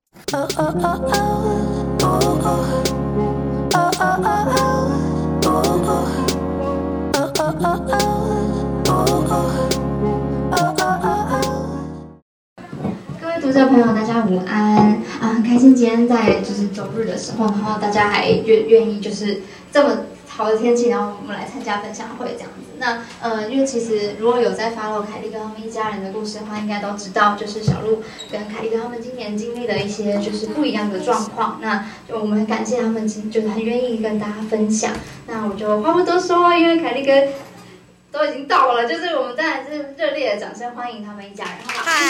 各位读者朋友，大家午安啊！很开心今天在就是周日的时候，然后大家还愿意就是这么好的天气，然后我们来参加分享会这样子。那因为其实如果有在 follow 凯莉跟他们一家人的故事的话，应该都知道，就是小鹿跟凯莉跟他们今年经历的一些就是不一样的状况。那我们很感谢他们，就是很愿意跟大家分享。那我就话不多说，因为凯莉跟都已经到了，就是我们当然是热烈的掌声欢迎他们一家人，好不好？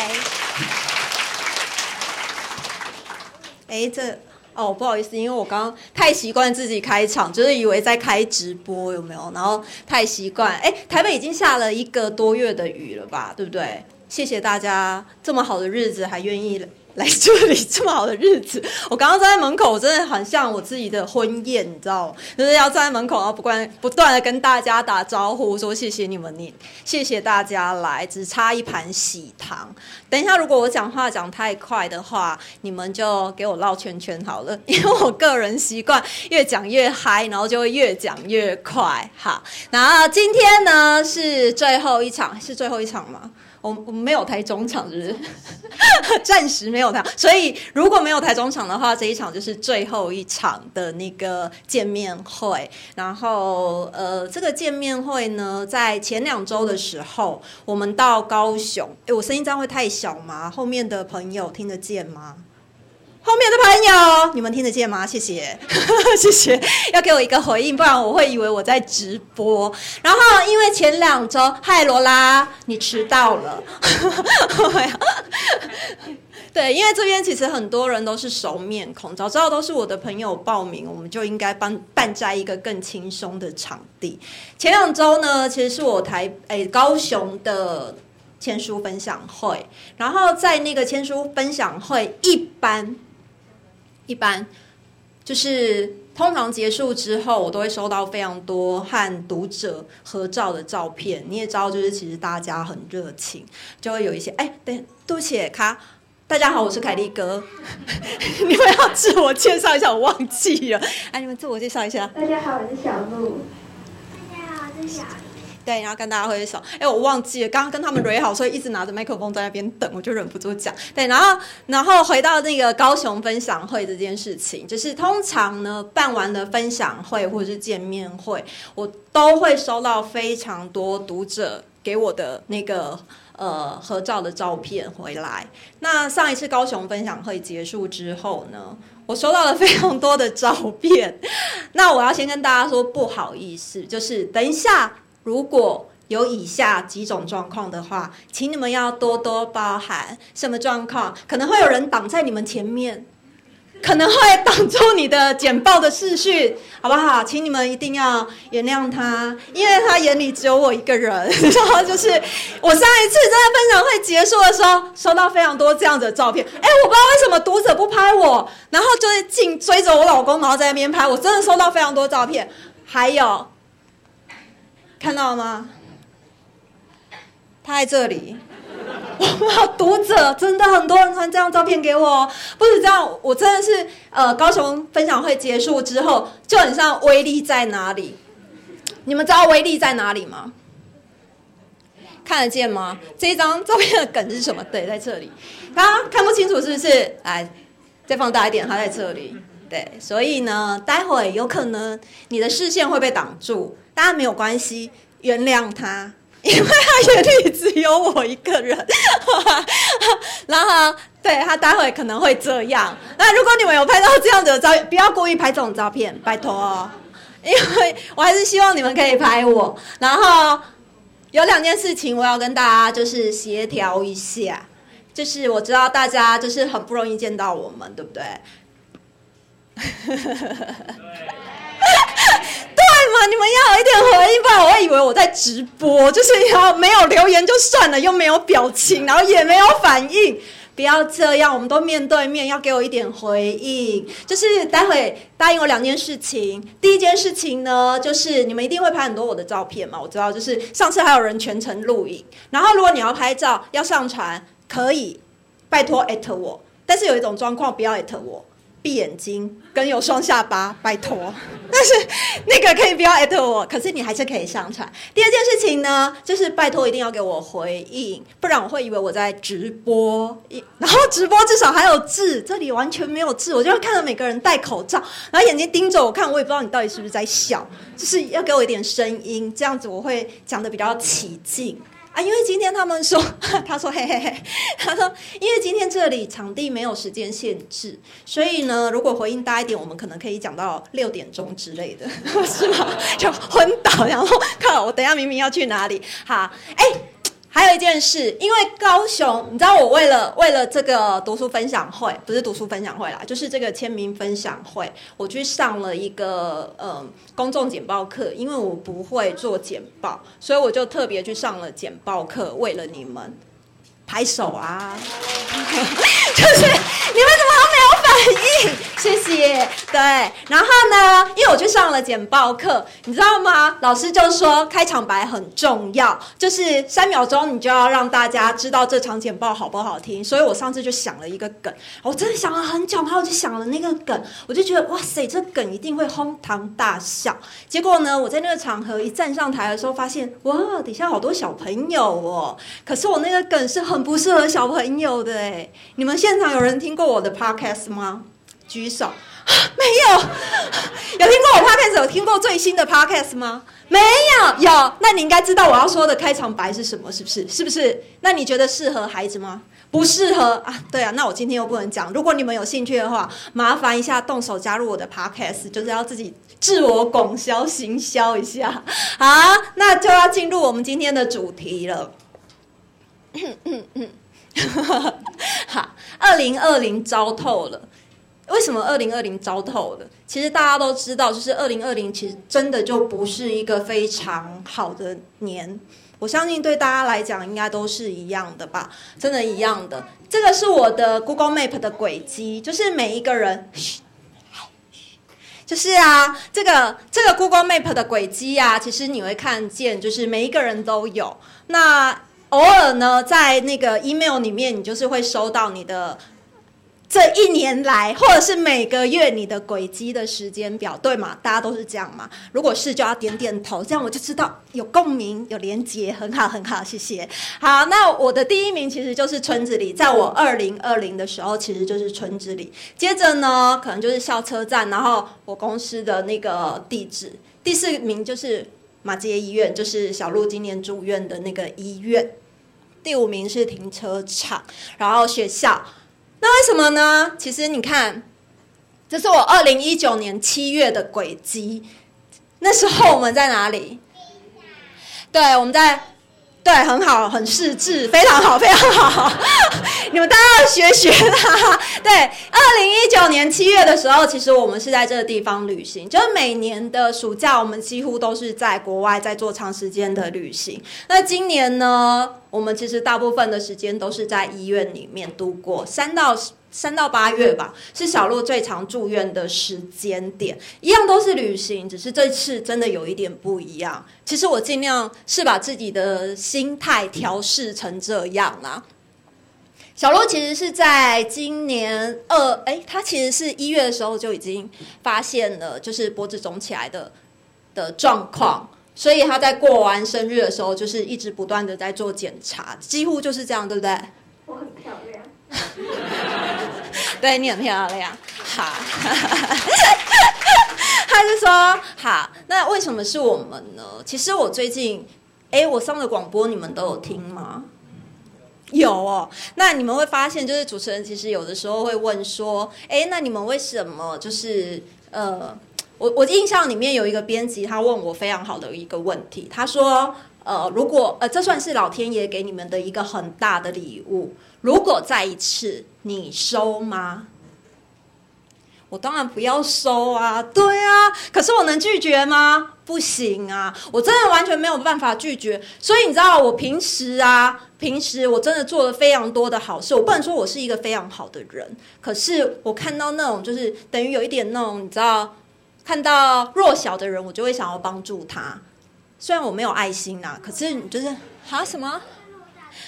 谢谢。不好意思，因为我刚刚太习惯自己开场，就是以为在开直播，有没有？然后太习惯。台北已经下了1个多月的雨了吧，对不对？谢谢大家，这么好的日子还愿意来这里，这么好的日子，我刚刚站在门口，真的很像我自己的婚宴，你知道吗？就是要站在门口，然后不断的跟大家打招呼，说谢谢你们，谢谢大家来，只差一盘喜糖。等一下，如果我讲话讲太快的话，你们就给我绕圈圈好了，因为我个人习惯越讲越嗨，然后就会越讲越快。好，然后今天呢是最后一场，是最后一场吗？我们没有台中场，是不是？暂时没有台，所以如果没有台中场的话，这一场就是最后一场的那个见面会。然后这个见面会呢，在前2周的时候，我们到高雄。我声音这样会太小吗？后面的朋友听得见吗？后面的朋友，你们听得见吗？谢谢，谢谢，要给我一个回应，不然我会以为我在直播。然后因为前2周，嗨罗拉，你迟到了。对，因为这边其实很多人都是熟面孔，早知道都是我的朋友报名，我们就应该办在一个更轻松的场地。前2周呢，其实是我高雄的签书分享会，然后在那个签书分享会一般就是通常结束之后，我都会收到非常多和读者合照的照片。你也知道，就是其实大家很热情，就会有一些对不起，大家好，我是凯莉哥。你们要自我介绍一下，我忘记了。你们自我介绍一下。 大家好，我是小鹿。 大家好，我是小鹿。 对，然后跟大家挥手。我忘记了，刚刚跟他们蕊好，所以一直拿着麦克风在那边等，我就忍不住讲。对，然后回到那个高雄分享会这件事情，就是通常呢办完了分享会或者是见面会，我都会收到非常多读者给我的那个合照的照片回来。那上一次高雄分享会结束之后呢，我收到了非常多的照片。那我要先跟大家说不好意思，就是等一下如果有以下几种状况的话，请你们要多多包涵。什么状况？可能会有人挡在你们前面，可能会挡住你的简报的视讯，好不好？请你们一定要原谅他，因为他眼里只有我一个人。然后就是我上一次在分享会结束的时候，收到非常多这样子的照片。我不知道为什么读者不拍我，然后就是追着我老公，然后在那边拍。我真的收到非常多照片，还有看到了吗？他在这里。哇，读者真的很多人传这张照片给我。不止这样，我真的是高雄分享会结束之后，就很像威力在哪里？你们知道威力在哪里吗？看得见吗？这一张照片的梗是什么？对，在这里。大家看不清楚是不是？来，再放大一点，它在这里。对，所以呢，待会有可能你的视线会被挡住，大家没有关系，原谅他。因为他眼里只有我一个人。然后对，他待会可能会这样。那如果你们有拍到这样的照片，不要故意拍这种照片，拜托哦，因为我还是希望你们可以拍我。然后有2件事情我要跟大家就是协调一下，就是我知道大家就是很不容易见到我们，对不对？对嘛？你们要有一点回应，不然我会以为我在直播，就是要没有留言就算了，又没有表情，然后也没有反应。不要这样，我们都面对面，要给我一点回应。就是待会答应我2件事情。第一件事情呢，就是你们一定会拍很多我的照片嘛，我知道，就是上次还有人全程录影。然后如果你要拍照要上传，可以拜托@我。 但是有一种状况不要@我，闭眼睛跟有双下巴，拜托。但是那个可以不要@我，可是你还是可以上传。第二件事情呢，就是拜托一定要给我回应，不然我会以为我在直播，然后直播至少还有字，这里完全没有字，我就会看到每个人戴口罩，然后眼睛盯着我看，我也不知道你到底是不是在笑，就是要给我一点声音，这样子我会讲得比较起劲。因为今天他们说，他说嘿嘿嘿，他说因为今天这里场地没有时间限制，所以呢，如果回应大一点，我们可能可以讲到6点钟之类的，是吗？就昏倒，然后靠，我等一下明明要去哪里？好，还有一件事，因为高雄，你知道我为了这个读书分享会，不是读书分享会啦，就是这个签名分享会，我去上了一个公众简报课，因为我不会做简报，所以我就特别去上了简报课，为了你们拍手啊！就是你们怎么都没有反应？谢谢。对，然后呢，因为我去上了简报课，你知道吗？老师就说开场白很重要，就是3秒钟你就要让大家知道这场简报好不好听。所以我上次就想了一个梗，我真的想了很久，然后我就想了那个梗，我就觉得哇塞，这梗一定会哄堂大笑。结果呢，我在那个场合一站上台的时候，发现哇，底下好多小朋友哦。可是我那个梗是很不适合小朋友的哎。你们现场有人听过我的 podcast 吗？举手。没有。有听过我 podcast 有听过最新的 podcast 吗？没有。有，那你应该知道我要说的开场白是什么，是不是？是不是？那你觉得适合孩子吗？不适合啊。对啊，那我今天又不能讲。如果你们有兴趣的话，麻烦一下动手加入我的 podcast， 就是要自己自我广销行销一下。好，那就要进入我们今天的主题了。好，2020糟透了。为什么2020糟透了？其实大家都知道，就是2020其实真的就不是一个非常好的年。我相信对大家来讲应该都是一样的吧，真的一样的。这个是我的 Google Map 的轨迹，就是每一个人，就是啊，这个 Google Map 的轨迹啊，其实你会看见，就是每一个人都有。那偶尔呢，在那个 email 里面，你就是会收到你的这1年来，或者是每个月你的轨迹的时间表，对吗？大家都是这样嘛？如果是，就要点点头，这样我就知道有共鸣、有连结，很好，很好，谢谢。好，那我的第1名其实就是村子里，在我2020的时候，其实就是村子里。接着呢，可能就是校车站，然后我公司的那个地址。第4名就是马偕医院，就是小鹿今年住院的那个医院。第5名是停车场，然后学校。那为什么呢？其实你看，这是我2019年7月的轨迹。那时候我们在哪里？对，我们在，对，很好，很识字，非常好，非常好。你们大家要学啦。对，2019年7月的时候，其实我们是在这个地方旅行，就是每年的暑假，我们几乎都是在国外在做长时间的旅行。那今年呢，我们其实大部分的时间都是在医院里面度过，3到8月吧，是小鹿最常住院的时间点。一样都是旅行，只是这次真的有一点不一样。其实我尽量是把自己的心态调试成这样啦。小鹿其实是在今年他其实是1月的时候就已经发现了，就是脖子肿起来的状况。所以他在过完生日的时候，就是一直不断的在做检查，几乎就是这样，对不对？ 我很漂亮。 对，你很漂亮。好，他就说好，那为什么是我们呢？其实我最近，我上的广播你们都有听吗？有哦。那你们会发现，就是主持人其实有的时候会问说，那你们为什么就是我印象里面有一个编辑，他问我非常好的一个问题，他说，如果这算是老天爷给你们的一个很大的礼物，如果再一次，你收吗？我当然不要收啊，对啊，可是我能拒绝吗？不行啊，我真的完全没有办法拒绝。所以你知道，我平时我真的做了非常多的好事，我不能说我是一个非常好的人，可是我看到那种就是等于有一点那种你知道，看到弱小的人，我就会想要帮助他。虽然我没有爱心啊，可是你就是什么？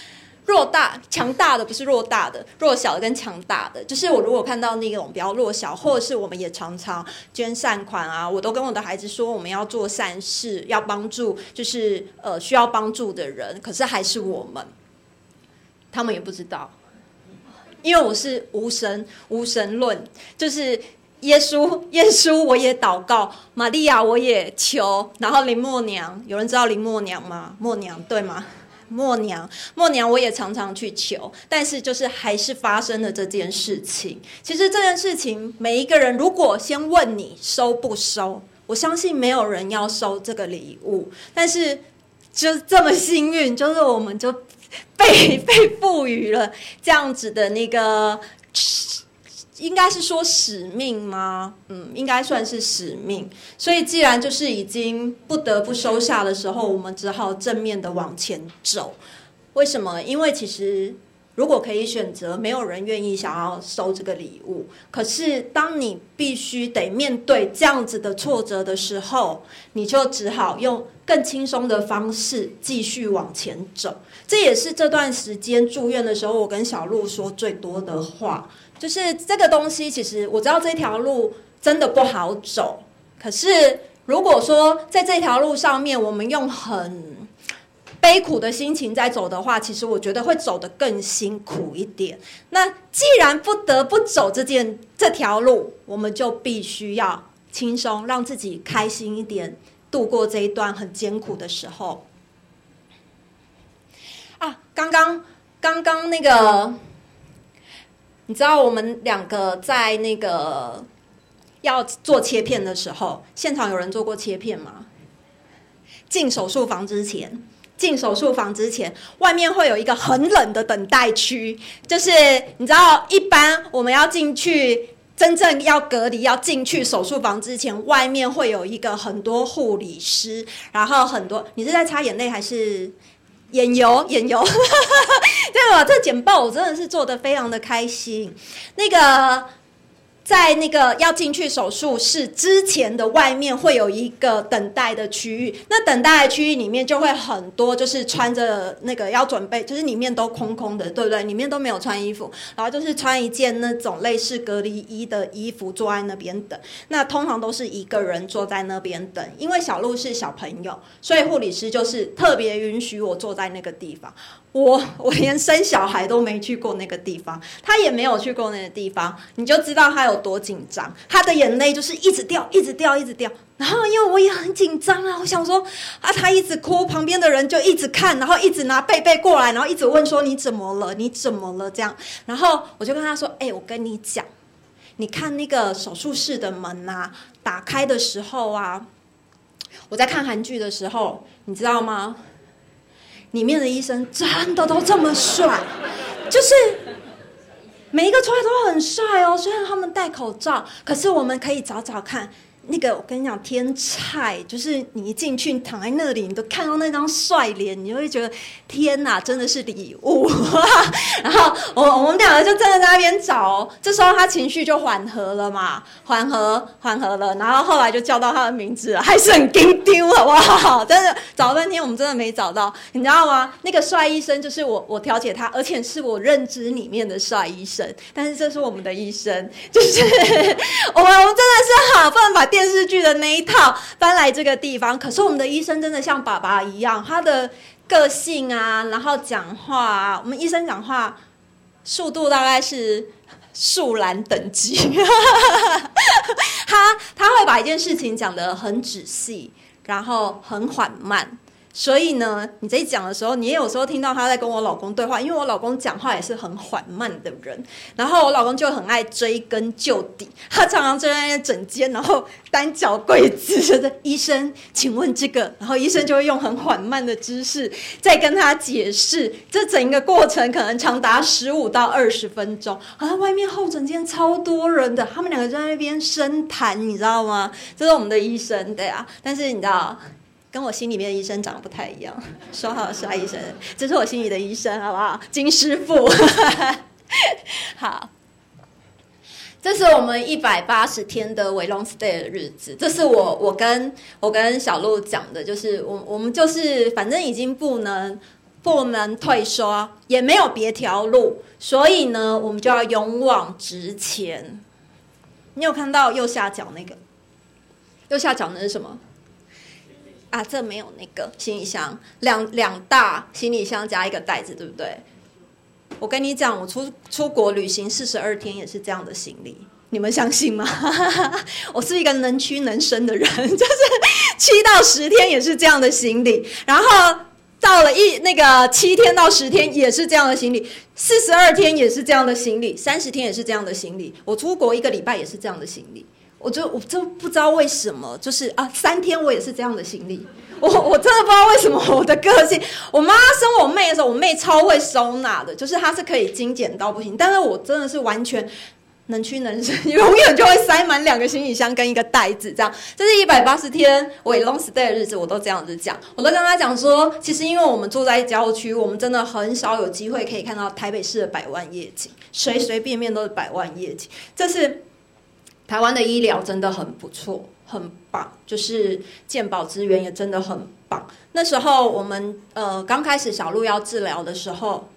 强大的不是弱大的，弱小的跟强大的，就是我如果看到那种比较弱小，或者是我们也常常捐善款啊，我都跟我的孩子说，我们要做善事，要帮助就是需要帮助的人，可是还是我们，他们也不知道，因为我是无神论，就是耶稣我也祷告，玛利亚我也求，然后林默娘，有人知道林默娘吗？默娘对吗？默娘我也常常去求，但是就是还是发生了这件事情。其实这件事情每一个人如果先问你收不收，我相信没有人要收这个礼物，但是就这么幸运，就是我们就被赋予了这样子的那个，应该是说使命吗？应该算是使命。所以既然就是已经不得不收下的时候，我们只好正面的往前走。为什么？因为其实如果可以选择，没有人愿意想要收这个礼物。可是当你必须得面对这样子的挫折的时候，你就只好用更轻松的方式继续往前走。这也是这段时间住院的时候，我跟小鹿说最多的话。就是这个东西，其实我知道这条路真的不好走，可是如果说在这条路上面，我们用很悲苦的心情在走的话，其实我觉得会走得更辛苦一点。那既然不得不走这条路，我们就必须要轻松，让自己开心一点，度过这一段很艰苦的时候。啊，刚刚那个。你知道我们两个在那个要做切片的时候，现场有人做过切片吗？进手术房之前，外面会有一个很冷的等待区，就是你知道，一般我们要进去，真正要隔离要进去手术房之前，外面会有一个很多护理师，然后很多，你是在擦眼泪还是？眼油对吧？这简报我真的是做得非常的开心。那个在那个要进去手术室之前的外面会有一个等待的区域，那等待的区域里面就会很多，就是穿着那个要准备，就是里面都空空的，对不对？里面都没有穿衣服，然后就是穿一件那种类似隔离衣的衣服坐在那边等。那通常都是一个人坐在那边等，因为小鹿是小朋友，所以护理师就是特别允许我坐在那个地方。我连生小孩都没去过那个地方，他也没有去过那个地方，你就知道他有多紧张。他的眼泪就是一直掉。然后因为我也很紧张啊，我想说啊，他一直哭，旁边的人就一直看，然后一直拿贝贝过来，然后一直问说你怎么了这样。然后我就跟他说，我跟你讲，你看那个手术室的门啊，打开的时候啊，我在看韩剧的时候，你知道吗？里面的医生真的都这么帅，就是每一个出来都很帅哦。虽然他们戴口罩，可是我们可以找找看。那个我跟你讲，天菜就是你一进去，你躺在那里，你都看到那张帅脸，你就会觉得天哪，真的是礼物。然后我们两个就真的在那边找，这时候他情绪就缓和了嘛，缓和了，然后后来就叫到他的名字了，还是很惊丢，好不好？真的找了半天，我们真的没找到，你知道吗？那个帅医生就是我调解他，而且是我认知里面的帅医生，但是这是我们的医生，就是我们真的是好不能把电视剧的那一套搬来这个地方。可是我们的医生真的像爸爸一样，他的个性啊，然后讲话啊，我们医生讲话速度大概是树懒等级。他会把一件事情讲得很仔细，然后很缓慢。所以呢，你在讲的时候，你也有时候听到他在跟我老公对话，因为我老公讲话也是很缓慢的人，然后我老公就很爱追根究底，他常常站在那整间，然后单脚跪姿的医生，请问这个，然后医生就会用很缓慢的姿势再跟他解释，这整个过程可能长达15到20分钟，啊，外面候诊间超多人的，他们两个在那边深谈，你知道吗？这是我们的医生，对啊，但是你知道。跟我心里面的医生长得不太一样，说好帅医生，这是我心里的医生，好不好？金师傅。好，这是我们180天的为 long stay 的日子。这是我跟小鹿讲的，就是我们就是反正已经不不能退缩，也没有别条路，所以呢，我们就要勇往直前。你有看到右下角那个？右下角那是什么？啊，这没有那个行李箱，两大行李箱加一个袋子，对不对？我跟你讲，我出国旅行42天也是这样的行李，你们相信吗？我是一个能屈能伸的人，就是7到10天也是这样的行李，然后到了7天到10天也是这样的行李，42天也是这样的行李，30天也是这样的行李，我出国1个礼拜也是这样的行李。我就不知道为什么，就是3天我也是这样的行李。我真的不知道为什么我的个性。我妈生我妹的时候，我妹超会收纳的，就是她是可以精简到不行，但是我真的是完全能屈能伸，永远就会塞满2个行李箱跟1个袋子这样。这是180天我 long stay 的日子，我都这样子讲，我都跟她讲说，其实因为我们住在郊区，我们真的很少有机会可以看到台北市的百万夜景，随随便便都是百万夜景，这是。台湾的医疗真的很不错，很棒，就是健保资源也真的很棒。那时候我们刚开始小鹿要治疗的时候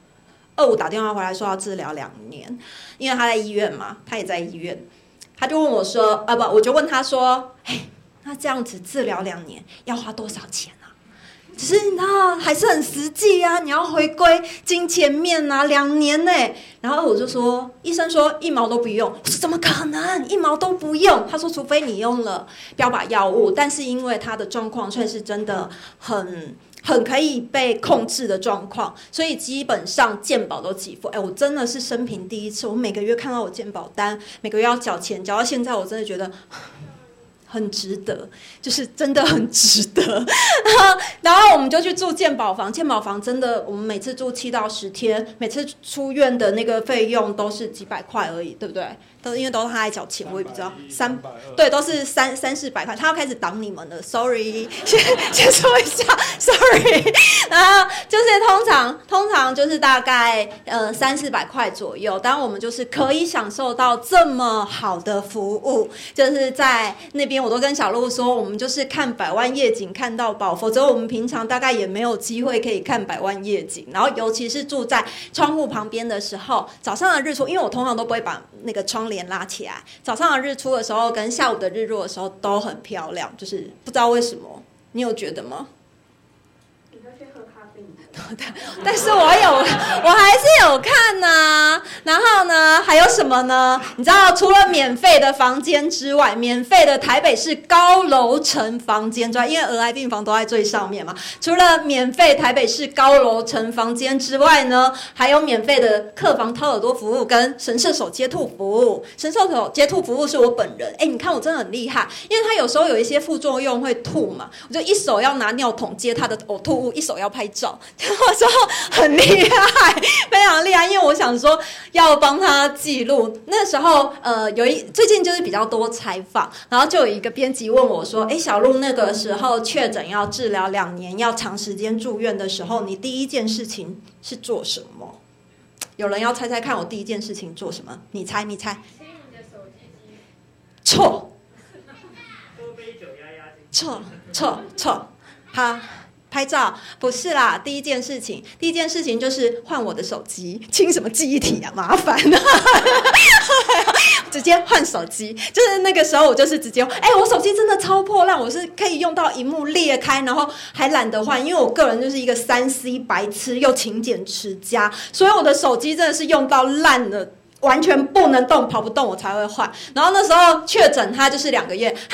，25打电话回来说要治疗2年，因为他在医院嘛，他也在医院，他就问我说，我就问他说，那这样子治疗2年要花多少钱？只是你知道还是很实际啊，你要回归金钱面啊，2年呢。然后我就说，医生说1毛都不用，我说怎么可能1毛都不用？他说除非你用了标靶药物，但是因为他的状况却是真的很可以被控制的状况，所以基本上健保都给付。我真的是生平第一次，我每个月看到我健保单，每个月要缴钱，缴到现在我真的觉得很值得，就是真的很值得。然后我们就去住健保房，健保房真的，我们每次住7到10天，每次出院的那个费用都是几百块而已，对不对？因为都是他在缴钱，我也不知道对，都是300-400块，他要开始挡你们了 ，sorry， 先说一下 ，sorry。然后就是通常就是大概300-400块左右，当然我们就是可以享受到这么好的服务，就是在那边我都跟小鹿说，我们就是看百万夜景看到饱，否则我们平常大概也没有机会可以看百万夜景。然后尤其是住在窗户旁边的时候，早上的日出，因为我通常都不会把那个窗帘拉起来，早上的日出的时候跟下午的日落的时候都很漂亮，就是不知道为什么，你有觉得吗？ 你都去喝咖啡。 但是我还是有看啊。然后呢，还有什么呢？你知道，除了免费的房间之外，免费的台北市高楼层房间之外，因为儿癌病房都在最上面嘛，除了免费台北市高楼层房间之外呢，还有免费的客房掏耳朵服务跟神射手接吐服务。神射手接吐服务是我本人，你看我真的很厉害，因为他有时候有一些副作用会吐嘛，我就一手要拿尿桶接他的呕吐物，一手要拍照。我说很厉害，非常厉害，因为我想说要帮他记录。那时候最近就是比较多采访，然后就有一个编辑问我说，小鹿那个时候确诊要治疗2年，要长时间住院的时候，你第一件事情是做什么？有人要猜猜看我第一件事情做什么？你猜。 切你的手机机。 错。 喝杯酒压压惊。 错。好。拍照不是啦，第一件事情就是换我的手机，清什么记忆体啊，麻烦啊！直接换手机，就是那个时候我就是直接，我手机真的超破烂，我是可以用到荧幕裂开，然后还懒得换，因为我个人就是一个3C 白痴又勤俭持家，所以我的手机真的是用到烂了。完全不能动，跑不动，我才会换。然后那时候确诊，他就是2个月。嗨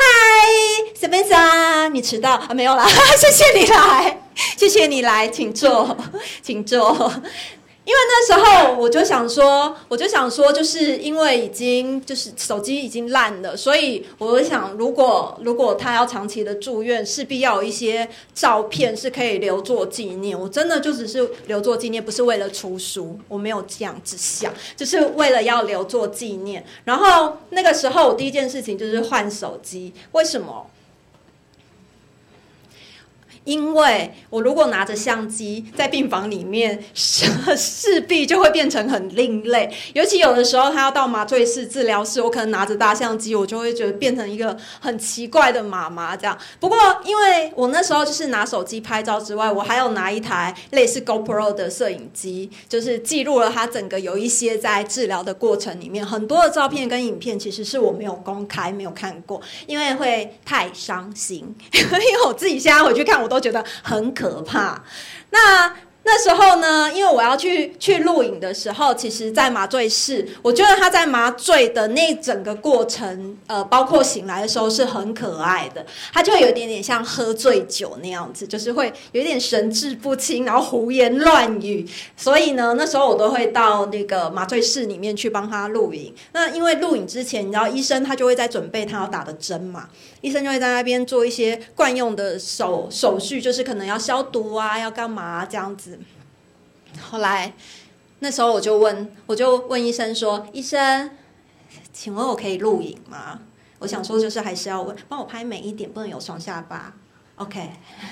，Spencer， 你迟到啊？没有啦，谢谢你来，请坐。因为那时候我就想说，就是因为已经就是手机已经烂了，所以我想，如果他要长期的住院，势必要有一些照片是可以留作纪念。我真的就只是留作纪念，不是为了出书，我没有这样子想，就是为了要留作纪念。然后那个时候我第一件事情就是换手机，为什么？ 因为我如果拿着相机在病房里面，势必就会变成很另类。尤其有的时候他要到麻醉室、治疗室，我可能拿着大相机，我就会觉得变成一个很奇怪的妈妈这样。不过因为我那时候就是拿手机拍照之外，我还有拿一台类似 GoPro 的摄影机，就是记录了他整个有一些在治疗的过程里面很多的照片跟影片，其实是我没有公开、没有看过，因为会太伤心。因为我自己现在回去看，我都觉得很可怕。那时候呢，因为我要去录影的时候，其实在麻醉室，我觉得他在麻醉的那整个过程，包括醒来的时候是很可爱的。他就有一点点像喝醉酒那样子，就是会有一点神志不清，然后胡言乱语。所以呢，那时候我都会到那个麻醉室里面去帮他录影。那因为录影之前，你知道医生他就会在准备他要打的针嘛，医生就会在那边做一些惯用的手续，就是可能要消毒啊，要干嘛这样子。后来那时候我就问医生说，医生请问我可以录影吗？我想说就是还是要问，帮我拍美一点，不能有双下巴。OK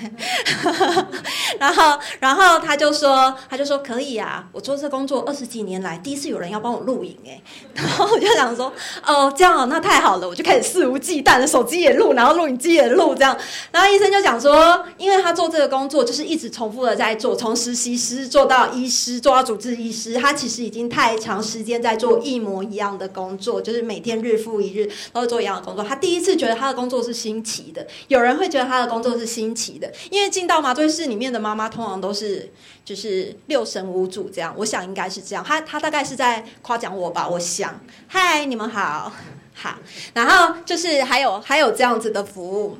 然后他就说可以啊，我做这工作20几年来第一次有人要帮我录影耶。然后我就想说这样哦，那太好了，我就开始肆无忌惮的手机也录，然后录影机也录这样。然后医生就讲说，因为他做这个工作就是一直重复的在做，从实习师做到医师，做到主治医师，他其实已经太长时间在做一模一样的工作，就是每天日复一日都会做一样的工作。他第一次觉得他的工作是新奇的，有人会觉得他的工作是新奇的，因为进到麻醉室里面的妈妈通常都是就是六神无主这样，我想应该是这样。他大概是在夸奖我吧，我想。嗨，你们好，好。然后就是还有这样子的服务，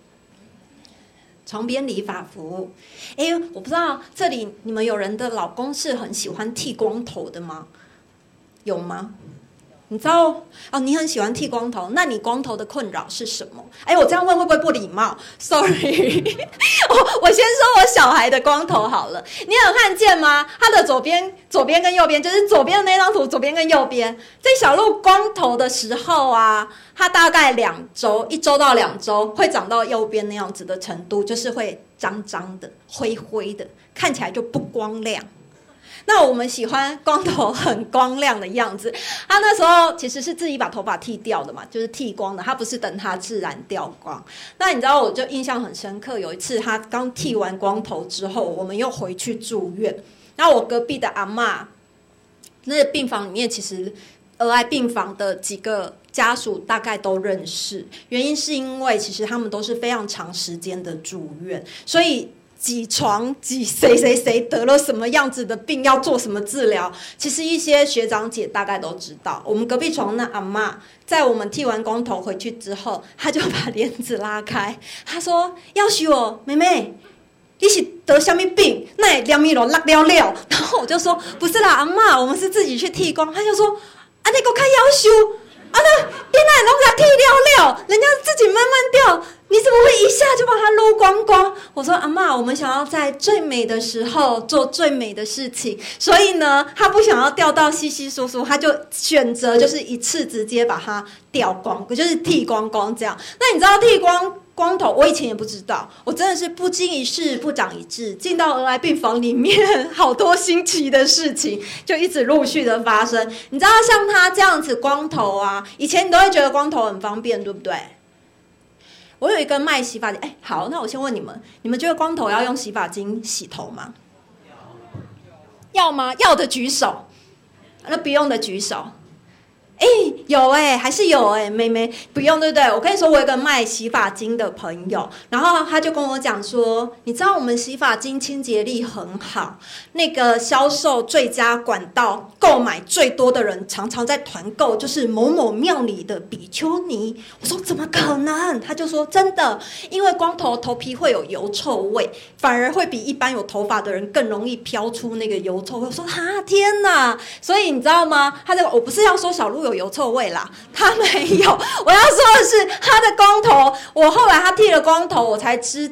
床边理发服务。我不知道这里你们有人的老公是很喜欢剃光头的吗？有吗？你知道你很喜欢剃光头，那你光头的困扰是什么？我这样问会不会不礼貌 ？Sorry， 我先说我小孩的光头好了。你有看见吗？他的左边跟右边，就是左边的那张图，左边跟右边，在小鹿光头的时候啊，他大概1周到2周会长到右边那样子的程度，就是会脏脏的、灰灰的，看起来就不光亮。那我们喜欢光头很光亮的样子，他那时候其实是自己把头发剃掉的嘛，就是剃光的，他不是等他自然掉光。那你知道我就印象很深刻，有一次他刚剃完光头之后，我们又回去住院，然后我隔壁的阿嬷，那个病房里面其实儿癌病房的几个家属大概都认识，原因是因为其实他们都是非常长时间的住院，所以几床几谁得了什么样子的病，要做什么治疗，其实一些学长姐大概都知道。我们隔壁床那阿嬷，在我们剃完光头回去之后，她就把帘子拉开，她说：“要许我妹妹，你是得什么病？那两米楼拉了了。”然后我就说：“不是啦，阿嬷，我们是自己去剃光。”她就说：“啊，你够看要求。”那你那拢甲剃了，人家自己慢慢掉，你怎么会一下就把它撸光光？我说阿嬷，我们想要在最美的时候做最美的事情，所以呢，他不想要掉到稀稀疏疏，他就选择就是一次直接把它掉光，就是剃光光这样。那你知道剃光头，我以前也不知道，我真的是不经一事不长一智，进到儿癌病房里面，好多新奇的事情就一直陆续的发生。你知道像他这样子光头啊，以前你都会觉得光头很方便，对不对？我有一个卖洗发精，好，那我先问你们觉得光头要用洗发精洗头吗？要吗？要的举手，那不用的举手。有还是有妹妹不用，对不对？我跟你说，我有一个卖洗发精的朋友，然后他就跟我讲说，你知道我们洗发精清洁力很好，那个销售最佳管道，购买最多的人常常在团购，就是某某庙里的比丘尼。我说怎么可能？他就说真的，因为光头头皮会有油臭味，反而会比一般有头发的人更容易飘出那个油臭味。我说天哪！所以你知道吗？我不是要说小鹿有油臭味啦，他没有。我要说的是他的光头，我后来他剃了光头，我才知道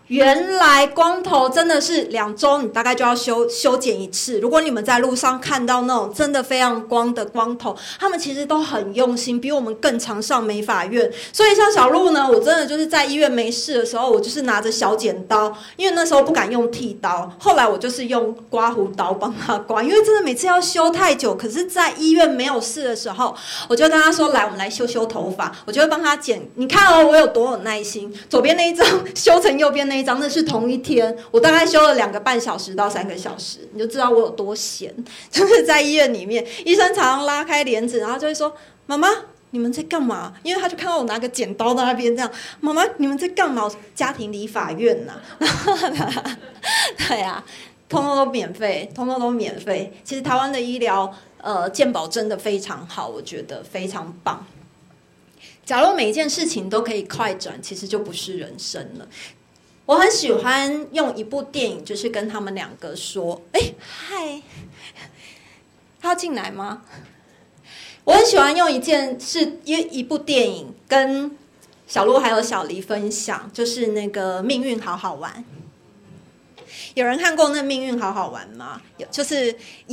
原来光头真的是2周你大概就要修剪一次。如果你们在路上看到那种真的非常光的光头，他们其实都很用心，比我们更常上美发院。所以像小鹿呢，我真的就是在医院没事的时候，我就是拿着小剪刀，因为那时候不敢用剃刀，后来我就是用刮胡刀帮他刮，因为真的每次要修太久。可是在医院没有事的时候，我就跟他说，来我们来修头发，我就会帮他剪。你看哦，我有多有耐心，左边那一张修成右边那一张，那是同一天，我大概修了2个半小时到3个小时，你就知道我有多闲。就是在医院里面，医生常常拉开帘子，然后就会说：“妈妈，你们在干嘛？”因为他就看到我拿个剪刀在那边这样，妈妈，你们在干嘛？家庭理发院呐、啊，对啊，通通都免费，通通都免费。其实台湾的医疗健保真的非常好，我觉得非常棒。假如每一件事情都可以快转，其实就不是人生了。我很喜欢用一部电影，就是跟他们2个说：“嗨，他要进来吗？”我很喜欢用一部电影跟小鹿还有小黎分享，就是那个《命运好好玩》。有人看过那《命运好好玩》吗？有，就是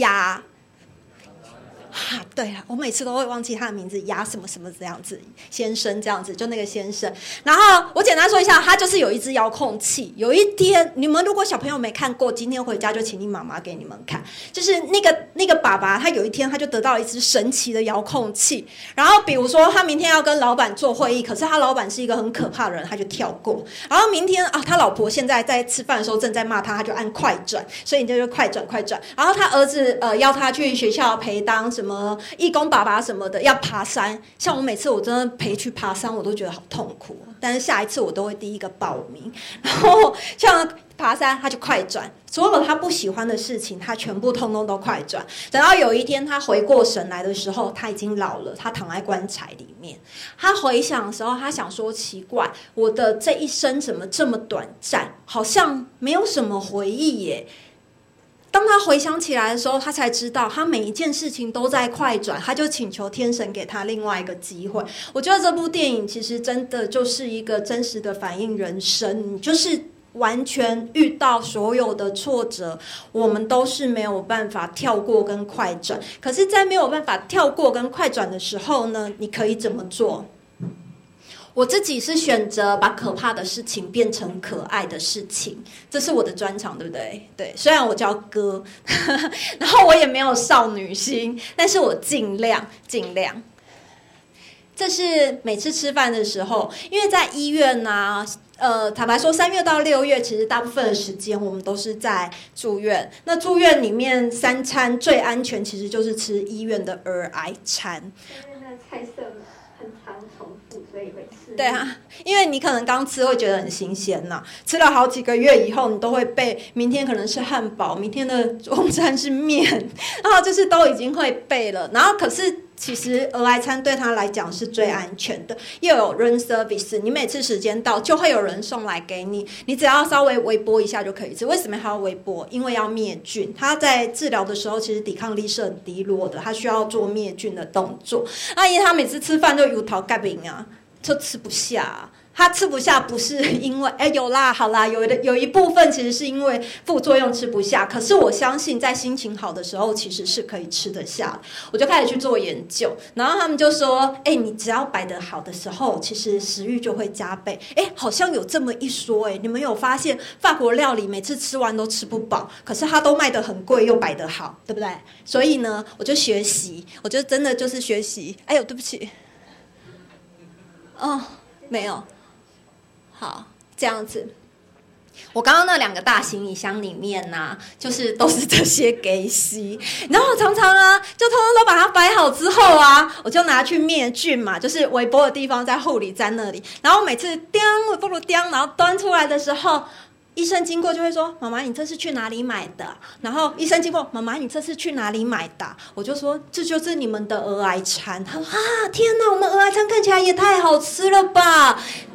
对啊，我每次都会忘记他的名字，什么什么这样子，先生这样子，就那个先生。然后我简单说一下，他就是有一只遥控器。有一天，你们如果小朋友没看过，今天回家就请你妈妈给你们看。就是那个爸爸，他有一天他就得到了一只神奇的遥控器。然后比如说他明天要跟老板做会议，可是他老板是一个很可怕的人，他就跳过。然后明天他老婆现在在吃饭的时候正在骂他，他就按快转，所以你就快转。然后他儿子要他去学校陪当什么义工爸爸什么的，要爬山。像我每次我真的陪去爬山，我都觉得好痛苦，但是下一次我都会第一个报名。然后像爬山他就快转，所有他不喜欢的事情他全部通通都快转。等到有一天他回过神来的时候，他已经老了，他躺在棺材里面。他回想的时候，他想说奇怪，我的这一生怎么这么短暂，好像没有什么回忆耶。当他回想起来的时候，他才知道他每一件事情都在快转，他就请求天神给他另外一个机会。我觉得这部电影其实真的就是一个真实的反映人生，就是完全遇到所有的挫折，我们都是没有办法跳过跟快转。可是在没有办法跳过跟快转的时候呢，你可以怎么做？我自己是选择把可怕的事情变成可爱的事情，这是我的专长，对不对？对，虽然我叫哥，然后我也没有少女心，但是我尽量。这是每次吃饭的时候，因为在医院啊，坦白说，3月到6月，其实大部分的时间我们都是在住院。那住院里面3餐最安全，其实就是吃医院的儿癌餐。 因为那菜色很常重复，所以会吃。 对啊，因为你可能刚吃会觉得很新鲜呐，吃了好几个月以后，你都会背明天可能是汉堡，明天的中餐是面，然后就是都已经会背了。然后可是其实儿癌餐对他来讲是最安全的，又有 room service， 你每次时间到就会有人送来给你，你只要稍微微波一下就可以吃。为什么还要微波？因为要灭菌。他在治疗的时候其实抵抗力是很低落的，他需要做灭菌的动作。阿姨他每次吃饭就油桃盖饼啊，就吃不下。他吃不下不是因为有啦好啦，有一部分其实是因为副作用吃不下，可是我相信在心情好的时候其实是可以吃得下。我就开始去做研究，然后他们就说你只要摆得好的时候，其实食欲就会加倍。好像有这么一说。你们有发现法国料理每次吃完都吃不饱，可是它都卖得很贵又摆得好，对不对？所以呢我就学习，我就真的就是学习。对不起没有好，这样子，我刚刚那2个大行李箱里面呢，就是都是这些给息，然后常常啊，就通通都把它摆好之后啊，我就拿去灭菌嘛，就是微波的地方在护理站那里，然后每次微波炉然后端出来的时候，医生经过就会说：“妈妈，你这是去哪里买的？”然后医生经过：“妈妈，你这是去哪里买的？”我就说：“这就是你们的儿癌餐。”他说：“天哪，我们儿癌餐看起来也太好吃了吧！”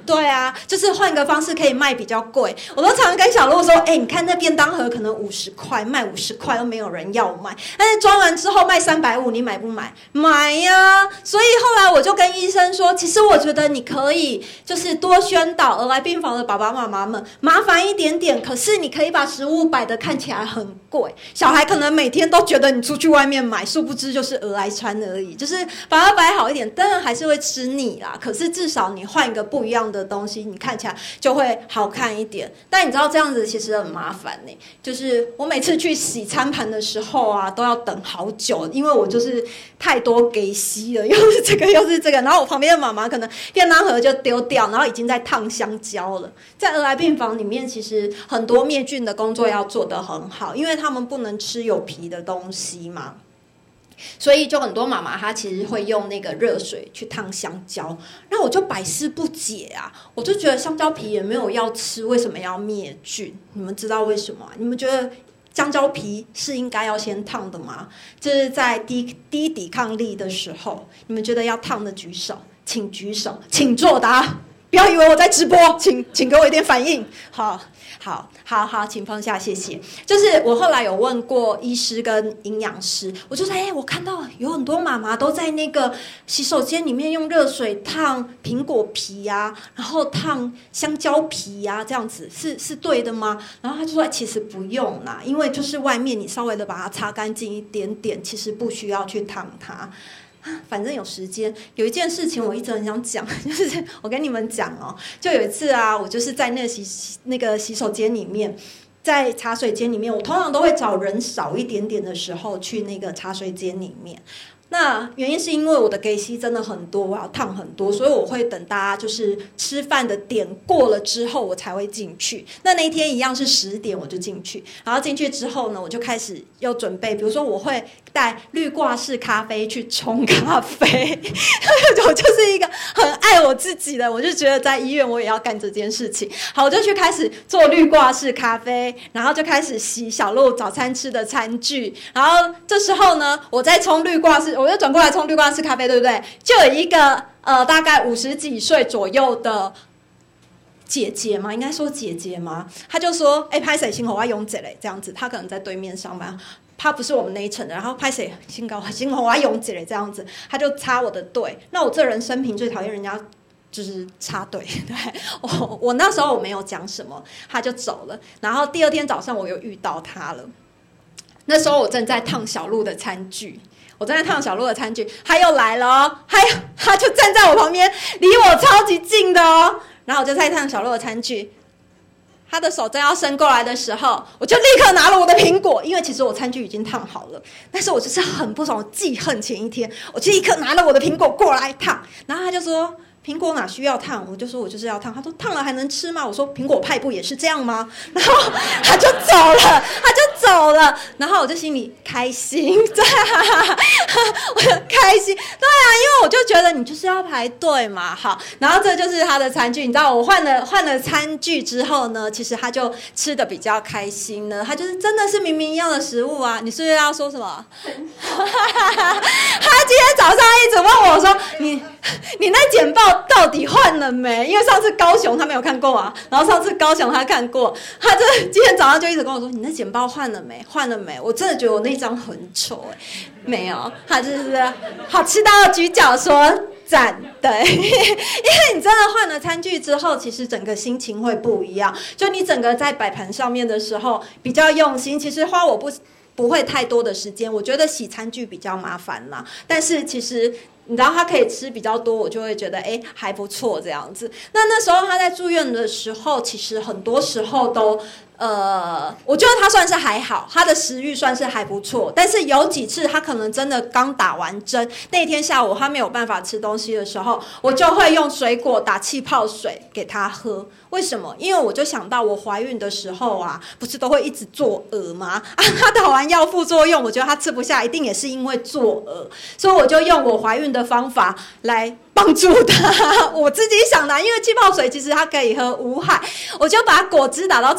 对啊，就是换个方式可以卖比较贵。我都常常跟小鹿说，你看那便当盒可能50块，卖50块都没有人要买，但是装完之后卖350，你买不买？买呀！所以后来我就跟医生说，其实我觉得你可以就是多宣导儿来病房的爸爸妈妈们，麻烦一点点，可是你可以把食物摆得看起来很贵，小孩可能每天都觉得你出去外面买，殊不知就是儿来餐而已，就是把它摆好一点，当然还是会吃腻啦，可是至少你换一个不一样的东西，你看起来就会好看一点。但你知道这样子其实很麻烦呢，就是我每次去洗餐盘的时候啊，都要等好久，因为我就是太多给洗了，又是这个又是这个，然后我旁边的妈妈可能便当盒就丢掉，然后已经在烫香蕉了。在儿来病房里面，其实很多灭菌的工作要做得很好，因为他们不能吃有皮的东西嘛。所以就很多妈妈她其实会用那个热水去烫香蕉，那我就百思不解啊，我就觉得香蕉皮也没有要吃，为什么要灭菌？你们知道为什么？你们觉得香蕉皮是应该要先烫的吗？就是在低抵抗力的时候，你们觉得要烫的举手，请举手，请作答，不要以为我在直播，请给我一点反应。好，请放下，谢谢。就是我后来有问过医师跟营养师，我就说，我看到有很多妈妈都在那个洗手间里面用热水烫苹果皮啊，然后烫香蕉皮啊，这样子是对的吗？然后他就说，其实不用啦，因为就是外面你稍微的把它擦干净一点点，其实不需要去烫它。反正有时间，有一件事情我一直很想讲，就是我跟你们讲哦，就有一次啊，我就是在那个洗手间里面，在茶水间里面，我通常都会找人少一点点的时候去那个茶水间里面。那原因是因为我的给息真的很多，我要烫很多，所以我会等大家就是吃饭的点过了之后，我才会进去。那一天一样是10点我就进去，然后进去之后呢，我就开始要准备，比如说我会带滤挂式咖啡去冲咖啡，我就是一个很爱我自己的，我就觉得在医院我也要干这件事情。好，我就去开始做滤挂式咖啡，然后就开始洗小鹿早餐吃的餐具，然后这时候呢，我在冲滤挂式。我就转过来冲滤挂式咖啡，对不对？就有一个大概50几岁左右的姐姐嘛，应该说姐姐嘛，她就说：“拍谁辛苦我用这嘞？”这样子，她可能在对面上班，她不是我们那一层的。然后拍谁辛苦我用这嘞？这样子，她就插我的队。那我这人生平最讨厌人家就是插队，对，我那时候我没有讲什么，她就走了。然后第二天早上我又遇到她了，那时候我正在烫小鹿的餐具。他又来了哦，他就站在我旁边，离我超级近的哦。然后我就在烫小鹿的餐具，他的手正要伸过来的时候，我就立刻拿了我的苹果，因为其实我餐具已经烫好了，但是我就是很不爽，记恨前一天，我就立刻拿了我的苹果过来烫。然后他就说：“苹果哪需要烫？”我就说：“我就是要烫。”他说：“烫了还能吃吗？”我说：“苹果派不也是这样吗？”然后他就走了，然后我就心里开心，对啊，我就开心，对啊，因为我就觉得你就是要排队嘛，好，然后这就是他的餐具，你知道我换了餐具之后呢，其实他就吃的比较开心呢，他就是真的是明明一样的食物啊，你是不是要说什么？他今天早上一直问我说：“你那简报到底换了没？”因为上次高雄他没有看过啊，然后上次高雄他看过，他今天早上就一直跟我说：“你那简报换了没？换了没？”我真的觉得我那张很丑没有，他就是好吃到举脚说赞，对，因为你真的换了餐具之后，其实整个心情会不一样，就你整个在摆盘上面的时候比较用心，其实花我不会太多的时间，我觉得洗餐具比较麻烦啦，但是其实你知道他可以吃比较多，我就会觉得还不错这样子。那时候他在住院的时候，其实很多时候都我觉得他算是还好，他的食欲算是还不错，但是有几次他可能真的刚打完针，那天下午他没有办法吃东西的时候，我就会用水果打气泡水给他喝。为什么？因为我就想到我怀孕的时候啊，不是都会一直作呕吗？他打完药副作用，我觉得他吃不下，一定也是因为作呕，所以我就用我怀孕的方法来帮助他。我自己想的，因为气泡水其实它可以喝无害，我就把果汁打到气泡水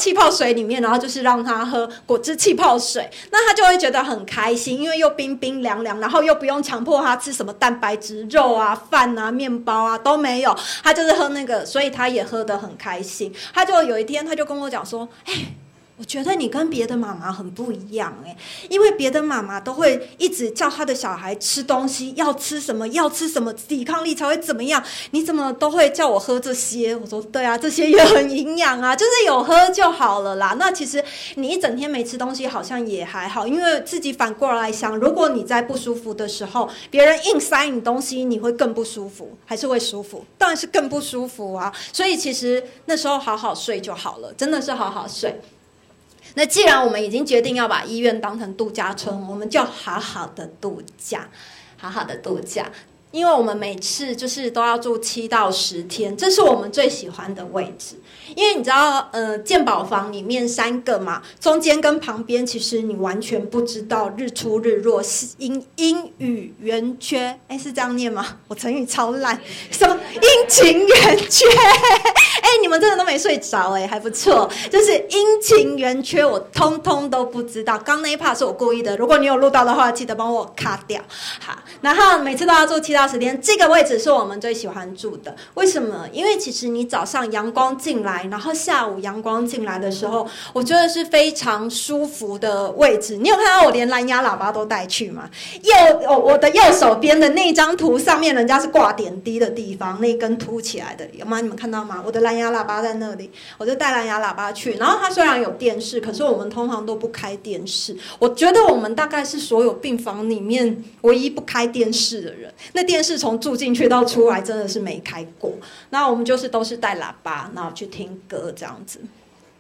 水里面，然后就是让他喝果汁气泡水，那他就会觉得很开心，因为又冰冰凉凉，然后又不用强迫他吃什么蛋白质、肉啊、饭啊、面包啊都没有，他就是喝那个，所以他也喝得很开心。他就有一天他就跟我讲说，我觉得你跟别的妈妈很不一样因为别的妈妈都会一直叫她的小孩吃东西，要吃什么，抵抗力才会怎么样，你怎么都会叫我喝这些？我说对啊，这些也很营养啊，就是有喝就好了啦。那其实你一整天没吃东西好像也还好，因为自己反过来想，如果你在不舒服的时候，别人硬塞你东西，你会更不舒服，还是会舒服？当然是更不舒服啊。所以其实那时候好好睡就好了，真的是好好睡。那既然我们已经决定要把医院当成度假村，我们就好好的度假，好好的度假。因为我们每次就是都要住7到10天，这是我们最喜欢的位置。因为你知道，健保房里面3个嘛，中间跟旁边其实你完全不知道日出日落、阴雨圆缺，是这样念吗？我成语超烂，什么阴晴圆缺？你们真的都没睡着还不错，就是阴晴圆缺，我通通都不知道。刚那一 part 是我故意的，如果你有录到的话，记得帮我卡掉。好，然后每次都要住7到10天，这个位置是我们最喜欢住的。为什么？因为其实你早上阳光进来，然后下午阳光进来的时候，我觉得是非常舒服的位置。你有看到我连蓝牙喇叭都带去吗？我的右手边的那张图上面，人家是挂点滴的地方，那根凸起来的，有吗？你们看到吗？我的蓝牙喇叭在那里，我就带蓝牙喇叭去。然后它虽然有电视，可是我们通常都不开电视。我觉得我们大概是所有病房里面唯一不开电视的人。那电视从住进去到出来真的是没开过。那我们就是都是带喇叭，然后去听歌这样子。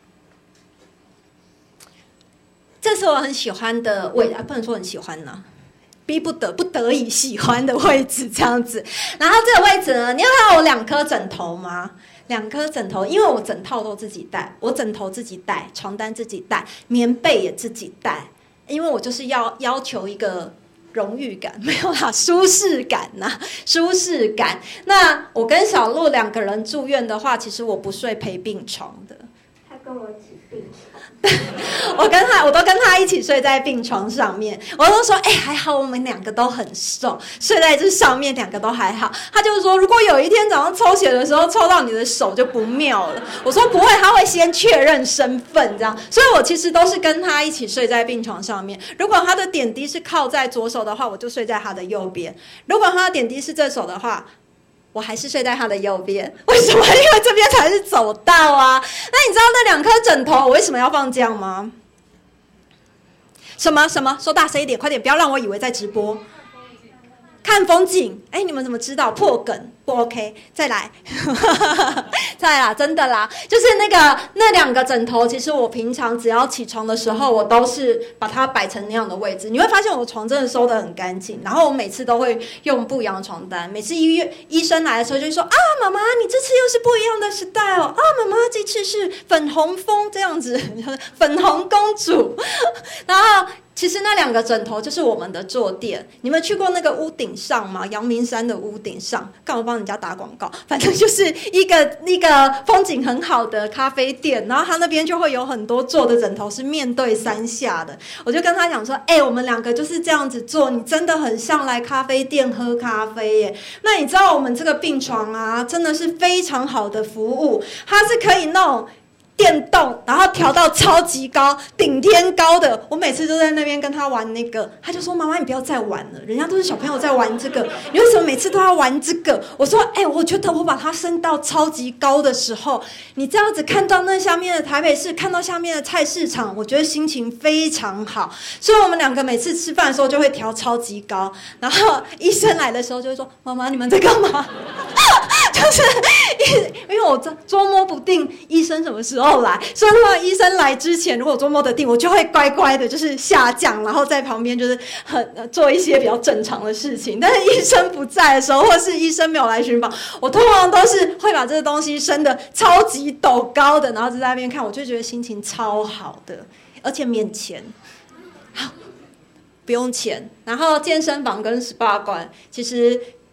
这是我很喜欢的位置，不能说很喜欢呢，逼不得已喜欢的位置这样子。然后这个位置呢，你有看到我2颗枕头吗？2颗枕头，因为我整套都自己带，我枕头自己带，床单自己带，棉被也自己带，因为我就是要求一个荣誉感，没有啦，舒适感舒适感。那我跟小鹿2个人住院的话，其实我不睡陪病床的。 他跟我起病床。 我都跟他一起睡在病床上面。我都说，还好我们2个都很瘦，睡在这上面2个都还好。他就说，如果有一天早上抽血的时候抽到你的手就不妙了。我说不会，他会先确认身份这样。所以我其实都是跟他一起睡在病床上面。如果他的点滴是靠在左手的话，我就睡在他的右边；如果他的点滴是这手的话，我还是睡在他的右边。为什么？因为这边才是走道啊。那你知道那2颗枕头我为什么要放这样吗？什么？说大声一点，快点，不要让我以为在直播。看风景。你们怎么知道？破梗不 OK？ 再来啦，真的啦，就是那2个枕头，其实我平常只要起床的时候，我都是把它摆成那样的位置。你会发现我的床真的收得很干净，然后我每次都会用不一样的床单。每次医生来的时候就会说啊，妈妈，你这次又是不一样的style啊，妈妈这次是粉红风这样子，粉红公主。然后其实那2个枕头就是我们的坐垫。你们去过那个屋顶上吗？阳明山的屋顶上，干嘛帮人家打广告？反正就是一个风景很好的咖啡店，然后他那边就会有很多坐的枕头是面对山下的。我就跟他讲说，我们2个就是这样子坐，你真的很像来咖啡店喝咖啡耶。那你知道我们这个病床啊，真的是非常好的服务，它是可以那种电动，然后调到超级高、顶天高的。我每次都在那边跟他玩那个，他就说：“妈妈，你不要再玩了，人家都是小朋友在玩这个，你为什么每次都要玩这个？”我说：“我觉得我把它升到超级高的时候，你这样子看到那下面的台北市，看到下面的菜市场，我觉得心情非常好。所以我们2个每次吃饭的时候就会调超级高，然后医生来的时候就会说：‘妈妈，你们在干嘛？’就是因为我捉摸不定医生什么时候来，所以如果医生来之前，如果捉摸得定，我就会乖乖的，就是下降，然后在旁边就是做一些比较正常的事情。但是医生不在的时候，或是医生没有来巡访，我通常都是会把这个东西升得超级陡高的，然后就在那边看，我就觉得心情超好的，而且免钱，好，不用钱。然后健身房跟 SPA 馆其实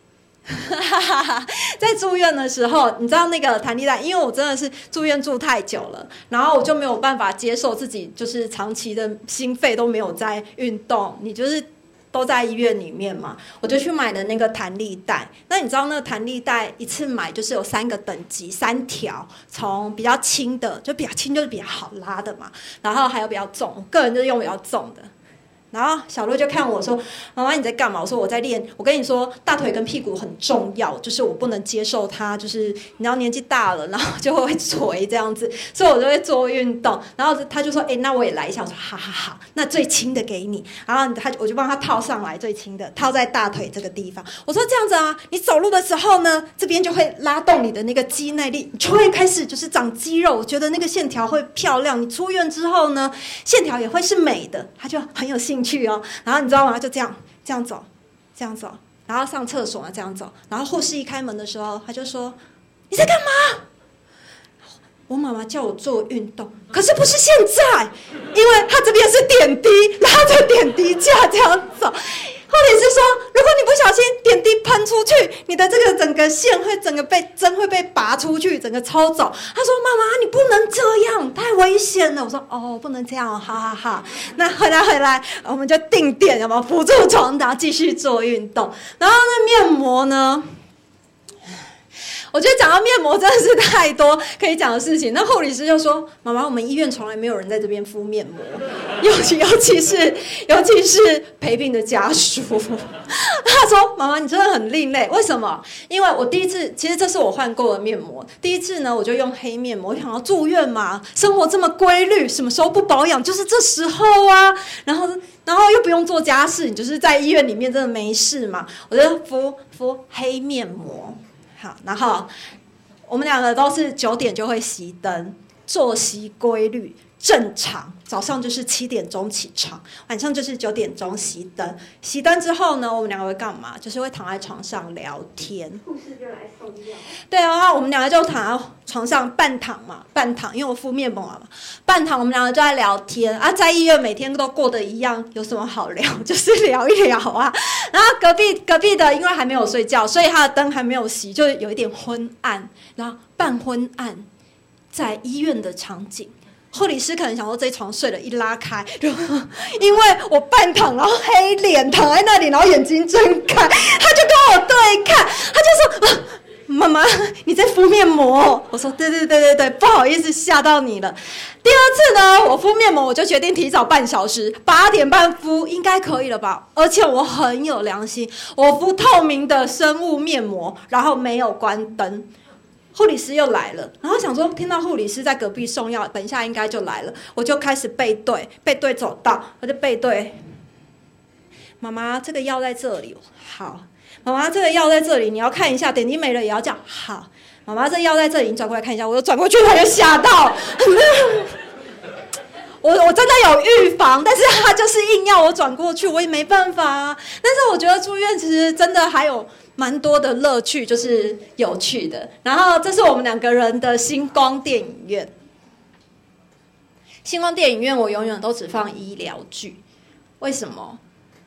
在住院的时候，你知道那个弹力带，因为我真的是住院住太久了，然后我就没有办法接受自己就是长期的心肺都没有在运动，你就是都在医院里面嘛，我就去买了那个弹力带。那你知道那个弹力带一次买就是有3个等级，3条，从比较轻的，就比较轻就是比较好拉的嘛，然后还有比较重，我个人就是用比较重的。然后小鹿就看我说：“妈妈你在干嘛？”我说：“我在练。我跟你说，大腿跟屁股很重要，就是我不能接受它，就是你知道年纪大了，然后就会垂这样子，所以我就会做运动。”然后他就说：“那我也来一下。”我说：“好好好，那最轻的给你。”然后我就帮他套上来最轻的，套在大腿这个地方。我说：“这样子啊，你走路的时候呢，这边就会拉动你的那个肌耐力，你就会开始就是长肌肉，我觉得那个线条会漂亮。你出院之后呢，线条也会是美的。”他就很有兴趣哦。然后你知道吗？就这样走，然后上厕所啊这样走。然后护士一开门的时候，他就说：“你在干嘛？”我妈妈叫我做运动，可是不是现在，因为他这边是点滴，拉着点滴架这样走。或者是说，如果你不小心点滴喷出去，你的这个整个线会整个被针会被拔出去，整个抽走。他说：“妈妈，你不能这样，太危险了。”我说：“哦，不能这样，好好好。”那回来，我们就定点，有没有扶住床，然后继续做运动。然后那面膜呢？我觉得讲到面膜真的是太多可以讲的事情。那护理师就说：“妈妈，我们医院从来没有人在这边敷面膜，尤其是陪病的家属。”他说：“妈妈，你真的很另类，为什么？因为我第一次，其实这是我换过的面膜。第一次呢，我就用黑面膜，我想要住院嘛，生活这么规律，什么时候不保养就是这时候啊。然后又不用做家事，你就是在医院里面真的没事嘛，我就敷黑面膜。”好，然后我们2个都是9点就会熄灯，作息规律正常，早上就是7点钟起床，晚上就是9点钟熄灯。熄灯之后呢，我们2个会干嘛？就是会躺在床上聊天。 护士就来送药。 对啊，我们2个就躺在床上半躺，因为我敷面膜嘛，半躺，我们2个就在聊天啊。在医院每天都过得一样，有什么好聊？就是聊一聊啊。然后隔壁的因为还没有睡觉，所以他的灯还没有熄，就有一点昏暗，然后半昏暗，在医院的场景。护理师可能想说这一床睡了，一拉开，因为我半躺，然后黑脸躺在那里，然后眼睛睁开，他就跟我对看，他就说：“妈妈，你在敷面膜。”我说：“对，不好意思吓到你了。”第2次呢，我敷面膜，我就决定提早半小时，8点半敷，应该可以了吧？而且我很有良心，我敷透明的生物面膜，然后没有关灯。护理师又来了，然后想说听到护理师在隔壁送药，等一下应该就来了，我就开始背对走到，我就背对。妈妈，这个药在这里，好。妈妈，这个药在这里，你要看一下，点滴没了也要讲好。妈妈，这药在这里，你转过来看一下，我又转过去，他就吓到。我真的有预防，但是他就是硬要我转过去，我也没办法啊。但是我觉得住院其实真的还有蛮多的乐趣，就是有趣的。然后这是我们2个人的星光电影院。星光电影院我永远都只放医疗剧，为什么？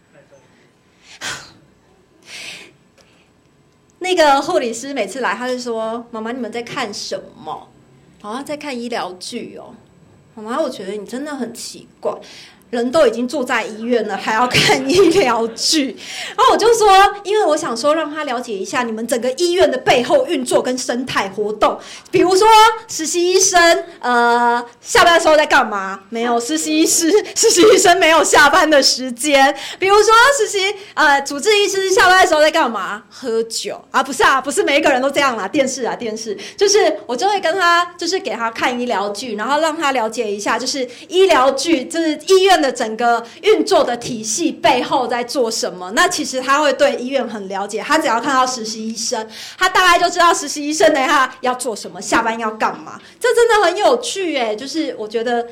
那个护理师每次来，他就说：“妈妈，你们在看什么？”好像在看医疗剧哦。妈妈，我觉得你真的很奇怪，人都已经住在医院了，还要看医疗剧。然后我就说，因为我想说让他了解一下你们整个医院的背后运作跟生态活动。比如说实习医生，下班的时候在干嘛？没有，实习医生没有下班的时间。比如说主治医师下班的时候在干嘛？喝酒啊？不是每一个人都这样啦。电视，就是我就会跟他，就是给他看医疗剧，然后让他了解一下，就是医疗剧，就是医院的整个运作的体系背后在做什么。那其实他会对医院很了解，他只要看到实习医生，他大概就知道实习医生他要做什么，下班要干嘛。这真的很有趣耶，就是我觉得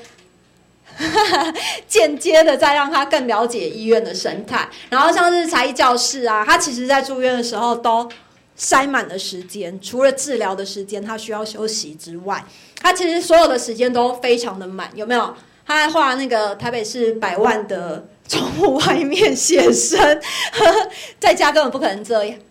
间接的再让他更了解医院的生态。然后像是才艺教室啊，他其实在住院的时候都塞满了时间，除了治疗的时间他需要休息之外，他其实所有的时间都非常的满，有没有？他还画那个台北市100万的窗户外面写生，在家根本不可能这样。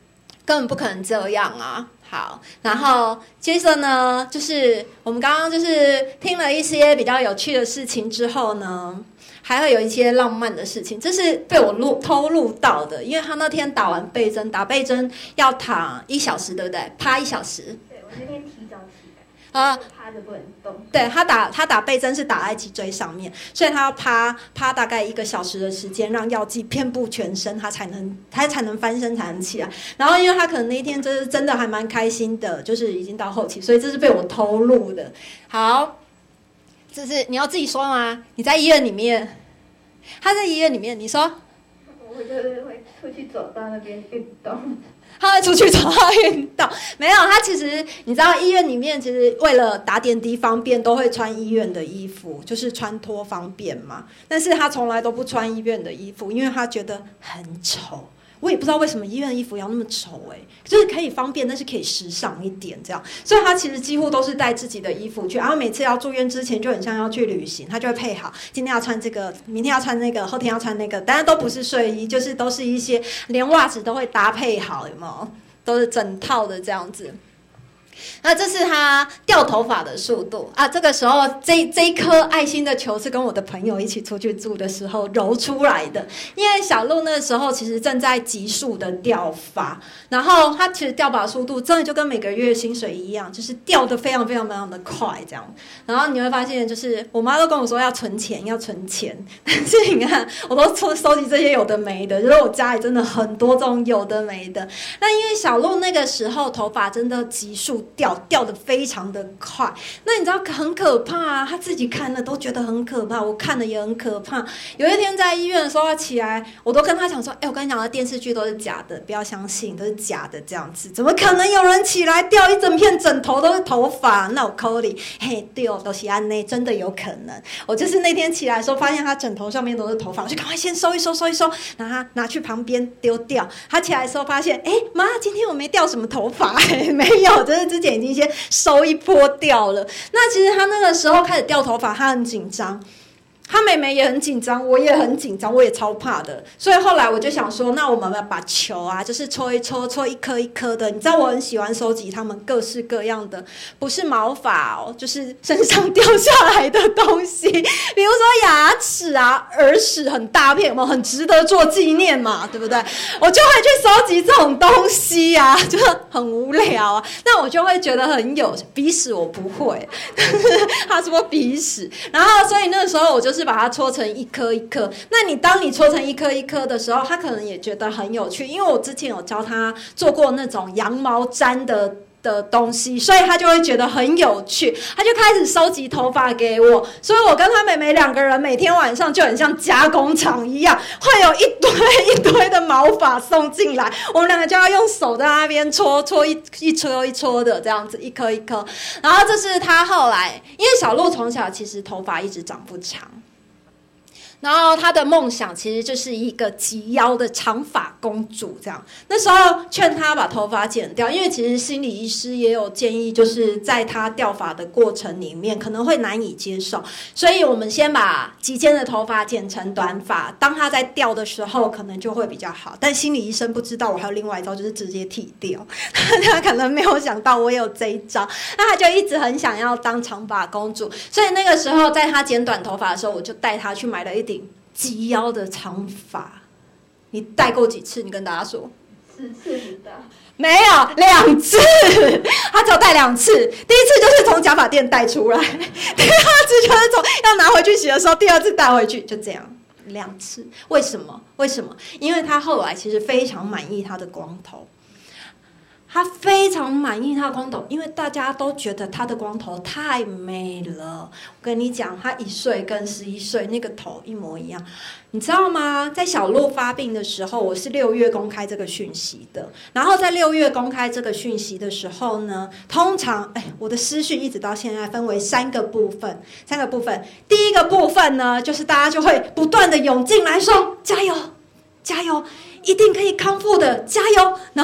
根本不可能这样啊。好，然后接着呢，就是我们刚刚就是听了一些比较有趣的事情之后呢，还会有一些浪漫的事情，这是被我偷录到的，因为他那天打完背针，打背针要躺1小时，对不对？趴1小时。 对，我那天提早起来。趴着不能动。 对，他打背针是打在脊椎上面，所以他要趴大概1个小时的时间，让药剂遍布全身，他才能翻身，才能起来。然后因为他可能那一天真的还蛮开心的，就是已经到后期，所以这是被我偷录的。好，这是你要自己说吗？你在医院里面，他在医院里面，你说。 我就是会出去走到那边运动。 他会出去找他运动，没有，他其实你知道医院里面其实为了打点滴方便，都会穿医院的衣服，就是穿脱方便嘛。但是他从来都不穿医院的衣服，因为他觉得很丑。我也不知道为什么医院的衣服要那么丑就是可以方便，但是可以时尚一点这样。所以他其实几乎都是带自己的衣服去，然后每次要住院之前就很像要去旅行，他就会配好，今天要穿这个，明天要穿那个，后天要穿那个，当然都不是睡衣，就是都是一些连袜子都会搭配好，有没有？都是整套的这样子。那这是他掉头发的速度啊！这个时候，这一颗爱心的球是跟我的朋友一起出去住的时候揉出来的。因为小鹿那个时候其实正在急速的掉发，然后他其实掉发速度真的就跟每个月薪水一样，就是掉得非常非常非常的快这样。然后你会发现，就是我妈都跟我说要存钱，但是你看，我都收集这些有的没的，就是我家里真的很多这种有的没的。那因为小鹿那个时候头发真的急速掉得非常的快，那你知道很可怕啊，他自己看了都觉得很可怕，我看了也很可怕。有一天在医院的时候，他起来，我都跟他讲说，我跟你讲的电视剧都是假的，不要相信，都是假的这样子，怎么可能有人起来掉一整片枕头都是头发？那我扣你，嘿，对哦，都是安内，真的有可能。我就是那天起来的时候，发现他枕头上面都是头发，我就赶快先收一收，然后他拿去旁边丢掉。他起来的时候发现，妈，今天我没掉什么头发，没有，就是之前已经先收一波掉了。那其实他那个时候开始掉头发，他很紧张，他妹妹也很紧张，我也很紧张，我也超怕的。所以后来我就想说，那我们要把球啊，就是搓一搓，搓一颗一颗的。你知道我很喜欢收集他们各式各样的，不是毛发哦，就是身上掉下来的东西，比如说牙齿啊、耳屎很大片，有没有很值得做纪念嘛？对不对？我就会去收集这种东西啊，就很无聊啊。那我就会觉得很有鼻屎，我不会，他说鼻屎，然后所以那个时候我就是把它搓成一颗一颗。那当你搓成一颗一颗的时候，他可能也觉得很有趣，因为我之前有教他做过那种羊毛毡的东西，所以他就会觉得很有趣，他就开始收集头发给我。所以我跟他妹妹2个人每天晚上就很像加工厂一样，会有一堆一堆的毛发送进来，我们2个就要用手在那边搓一撮一撮的这样子，一颗一颗。然后这是他后来，因为小鹿从小其实头发一直长不长，然后她的梦想其实就是一个及腰的长发公主这样。那时候劝她把头发剪掉，因为其实心理医师也有建议，就是在她掉发的过程里面可能会难以接受，所以我们先把及肩的头发剪成短发，当她在掉的时候可能就会比较好。但心理医生不知道我还有另外一招，就是直接剃掉。他可能没有想到我有这一招，那他就一直很想要当长发公主。所以那个时候在她剪短头发的时候，我就带她去买了一顶及腰的长发。你戴过几次？你跟大家说。 4次不到。 没有，2次，他只有戴2次。第一次就是从假发店带出来，第二次就是从要拿回去洗的时候，第2次带回去，就这样2次。为什么？因为他后来其实非常满意他的光头。他非常满意他的光头，因为大家都觉得他的光头太美了。我跟你讲，他1岁跟11岁那个头一模一样，你知道吗？在小鹿发病的时候，我是6月公开这个讯息的。然后在6月公开这个讯息的时候呢，通常我的私讯一直到现在分为3个部分。第一个部分呢，就是大家就会不断的涌进来说加油，加油，一定可以康复的，加油。然后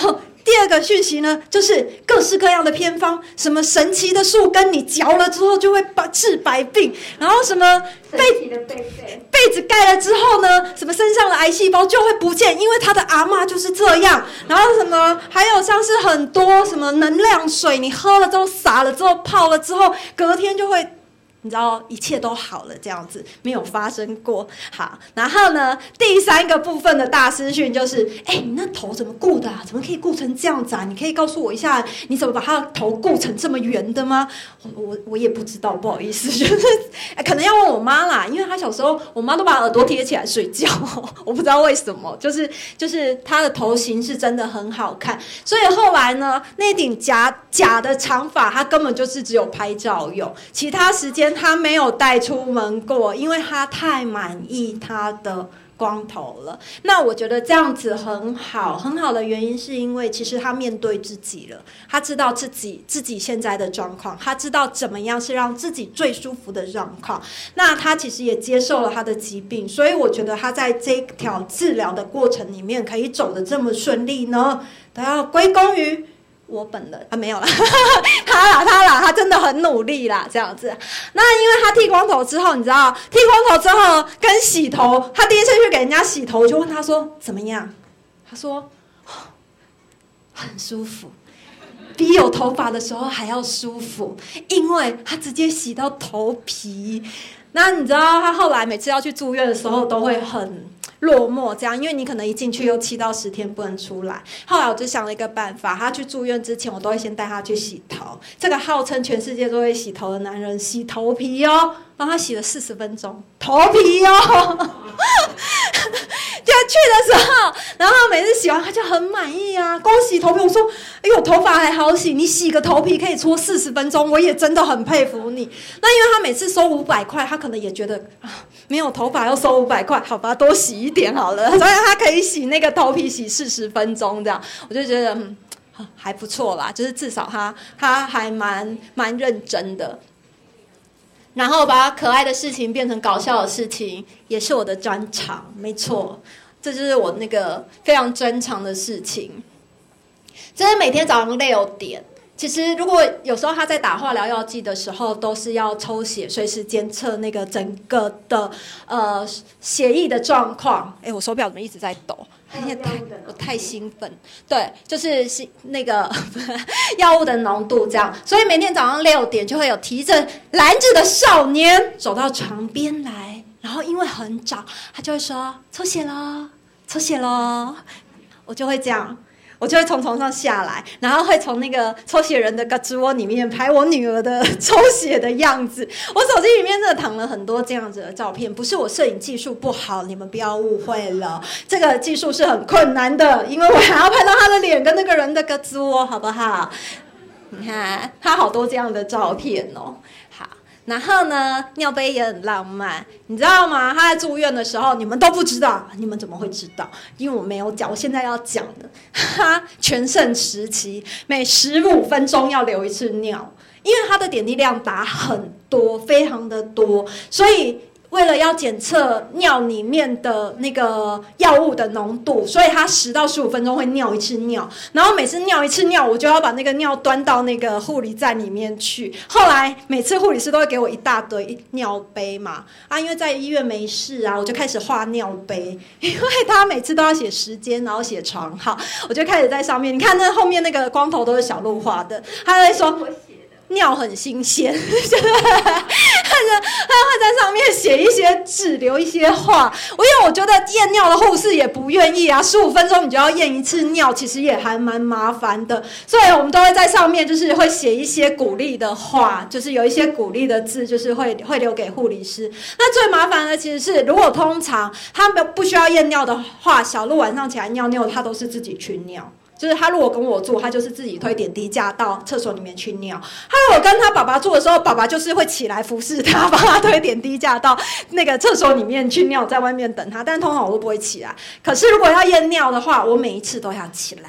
第二个讯息呢，就是各式各样的偏方，什么神奇的树根，你嚼了之后就会治百病，然后什么被子盖了之后呢，什么身上的癌细胞就会不见，因为他的阿嬷就是这样。然后什么还有像是很多什么能量水，你喝了之后洒了之后泡了之后，隔天就会。你知道一切都好了，这样子没有发生过。好，然后呢，第三个部分的大师训就是，你那头怎么顾的啊？怎么可以顾成这样子啊？你可以告诉我一下，你怎么把他的头顾成这么圆的吗？我也不知道，不好意思，就是可能要问我妈啦，因为她小时候我妈都把耳朵贴起来睡觉，我不知道为什么，就是她的头型是真的很好看，所以后来呢，那顶假的长发，她根本就是只有拍照用，其他时间。他没有带出门过，因为他太满意他的光头了。那我觉得这样子很好，很好的原因是因为其实他面对自己了，他知道自己现在的状况，他知道怎么样是让自己最舒服的状况。那他其实也接受了他的疾病，所以我觉得他在这条治疗的过程里面可以走得这么顺利呢，都要归功于我本人啊，没有啦，他真的很努力啦，这样子。那因为他剃光头之后，你知道，剃光头之后跟洗头，他第一次去给人家洗头，我就问他说怎么样？他说很舒服，比有头发的时候还要舒服，因为他直接洗到头皮。那你知道他后来每次要去住院的时候都会很落寞，这样，因为你可能一进去又7到10天不能出来。后来我就想了一个办法，他去住院之前，我都会先带他去洗头。这个号称全世界都会洗头的男人，洗头皮哦，帮他洗了40分钟，头皮哦。就去的时候，然后每次洗完他就很满意啊，光洗头皮。我说，哎呦，头发还好洗，你洗个头皮可以搓40分钟，我也真的很佩服你。那因为他每次收500块，他可能也觉得没有头发要收500块，好吧，多洗一点好了，所以他可以洗那个头皮洗40分钟这样，我就觉得还不错啦，就是至少他还蛮认真的。然后把可爱的事情变成搞笑的事情，也是我的专长，没错，这就是我那个非常专长的事情。这是每天早上6点。其实如果有时候他在打化疗药剂的时候，都是要抽血，随时监测那个整个的血液的状况。我手表怎么一直在抖？我太兴奋，对，就是那个药物的浓度这样，所以每天早上6点就会有提着篮子的少年走到床边来，然后因为很早，他就会说抽血咯，抽血咯，我就会这样。我就会从床上下来，然后会从那个抽血人的胳肢窝里面拍我女儿的抽血的样子。我手机里面真的躺了很多这样子的照片，不是我摄影技术不好，你们不要误会了，这个技术是很困难的，因为我还要拍到他的脸跟那个人的胳肢窝，好不好？你看他好多这样的照片哦。好，然后呢，尿杯也很浪漫，你知道吗？他在住院的时候，你们都不知道，你们怎么会知道？因为我没有讲，我现在要讲的。他全盛时期，每15分钟要流一次尿，因为他的点滴量打很多，非常的多，所以为了要检测尿里面的那个药物的浓度，所以他10到15分钟会尿一次尿，然后每次尿一次尿，我就要把那个尿端到那个护理站里面去。后来每次护理师都会给我一大堆尿杯嘛，因为在医院没事啊，我就开始画尿杯，因为他每次都要写时间，然后写床号，我就开始在上面，你看那后面那个光头都是小鹿画的，他在说尿很新鲜，他会在上面写一些字，留一些话。因为我觉得验尿的护士也不愿意啊，15分钟你就要验一次尿，其实也还蛮麻烦的。所以我们都会在上面就是会写一些鼓励的话，就是有一些鼓励的字，就是会留给护理师。那最麻烦的其实是，如果通常他不需要验尿的话，小鹿晚上起来尿尿，他都是自己去尿。就是他如果跟我住，他就是自己推点滴架到厕所里面去尿。他如果跟他爸爸住的时候，爸爸就是会起来服侍他，帮他推点滴架到那个厕所里面去尿，在外面等他。但通常我都不会起来。可是如果要验尿的话，我每一次都要起来。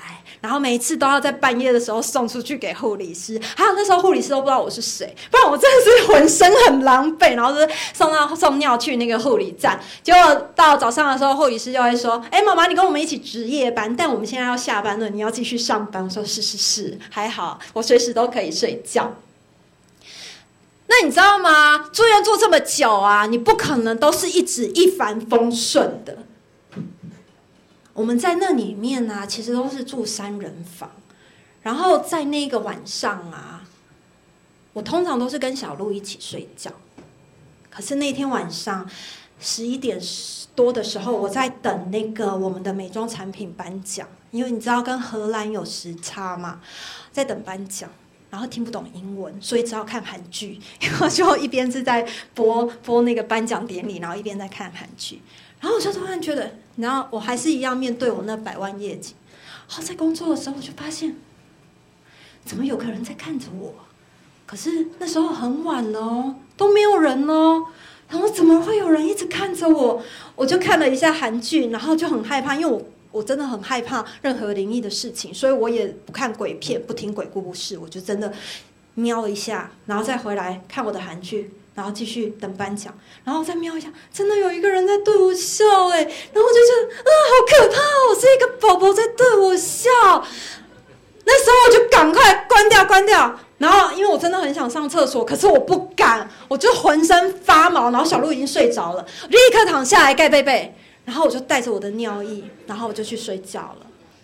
然后每一次都要在半夜的时候送出去给护理师，还有那时候护理师都不知道我是谁，不然我真的是浑身很狼狈，然后就是送尿去那个护理站，结果到早上的时候，护理师就会说：“哎，妈妈，你跟我们一起值夜班，但我们现在要下班了，你要继续上班。”我说：“是，还好，我随时都可以睡觉。”那你知道吗？住院住这么久啊，你不可能都是一直一帆风顺的。我们在那里面啊，其实都是住3人房，然后在那个晚上啊，我通常都是跟小鹿一起睡觉。可是那天晚上11点多的时候，我在等那个我们的美妆产品颁奖，因为你知道跟荷兰有时差嘛，在等颁奖。然后听不懂英文，所以只好看韩剧，然后就一边是在播那个颁奖典礼，然后一边在看韩剧。然后我就突然觉得，然后我还是一样面对我那100万业绩。然后在工作的时候，我就发现，怎么有个人在看着我？可是那时候很晚了哦，都没有人哦。然后怎么会有人一直看着我？我就看了一下韩剧，然后就很害怕，因为我真的很害怕任何灵异的事情，所以我也不看鬼片，不听鬼故事，我就真的瞄了一下，然后再回来看我的韩剧，然后继续等颁奖，然后再瞄一下，真的有一个人在对我笑然后我就觉得好可怕哦，是一个宝宝在对我笑。那时候我就赶快关掉，然后因为我真的很想上厕所，可是我不敢，我就浑身发毛，然后小鹿已经睡着了，我立刻躺下来盖被被。然后我就带着我的尿液，然后我就去睡觉了。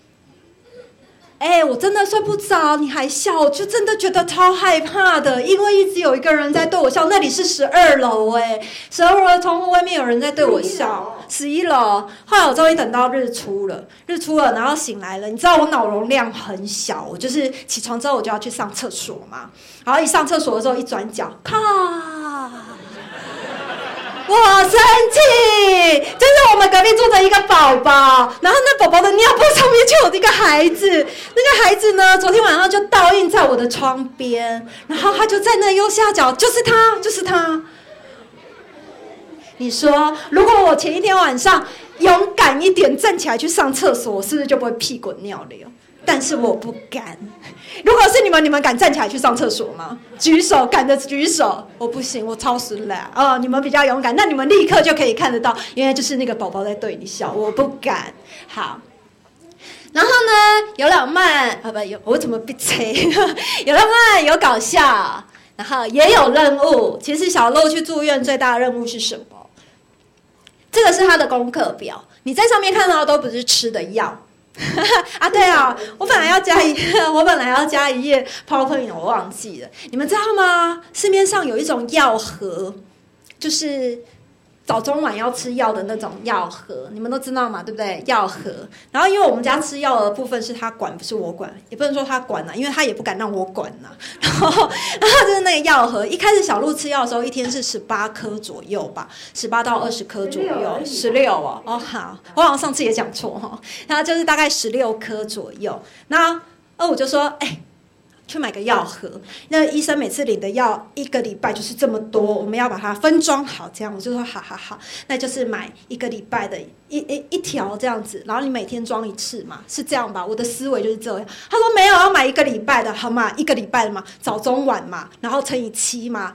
我真的睡不着，你还笑，我就真的觉得超害怕的，因为一直有一个人在对我笑。那里是12楼，12楼的窗户外面有人在对我笑。11楼，后来我终于等到日出了，然后醒来了。你知道我脑容量很小，我就是起床之后我就要去上厕所嘛，然后一上厕所的时候一转角，咔！我生气，就是我们隔壁住着一个宝宝，然后那宝宝的尿布上面就有一个孩子，那个孩子呢，昨天晚上就倒映在我的窗边，然后他就在那右下角，就是他。你说，如果我前一天晚上勇敢一点站起来去上厕所，我是不是就不会屁滚尿流？但是我不敢。如果是你们敢站起来去上厕所吗？举手，敢的举手。我不行，我超时懒你们比较勇敢，那你们立刻就可以看得到，原来就是那个宝宝在对你笑。我不敢。好，然后呢，有浪漫我怎么闭嘴？有浪漫，有搞笑，然后也有任务。其实小鹿去住院最大的任务是什么？这个是他的功课表，你在上面看到的都不是吃的药。对啊，我本来要加一页 PowerPoint， 我忘记了。你们知道吗？市面上有一种药盒，就是早中晚要吃药的那种药盒，你们都知道嘛，对不对？药盒。然后因为我们家吃药的部分是他管，不是我管，也不能说他管因为他也不敢让我管然后就是那个药盒，一开始小鹿吃药的时候，一天是18颗左右吧，18到20颗左右，16好，我好像上次也讲错然后就是大概16颗左右。那我就说，去买个药盒，那医生每次领的药1个礼拜就是这么多，我们要把它分装好，这样我就说好，那就是买1个礼拜的一条这样子，然后你每天装1次嘛，是这样吧？我的思维就是这样。他说没有，要买1个礼拜的，好嘛，1个礼拜的嘛，早中晚嘛，然后乘以7嘛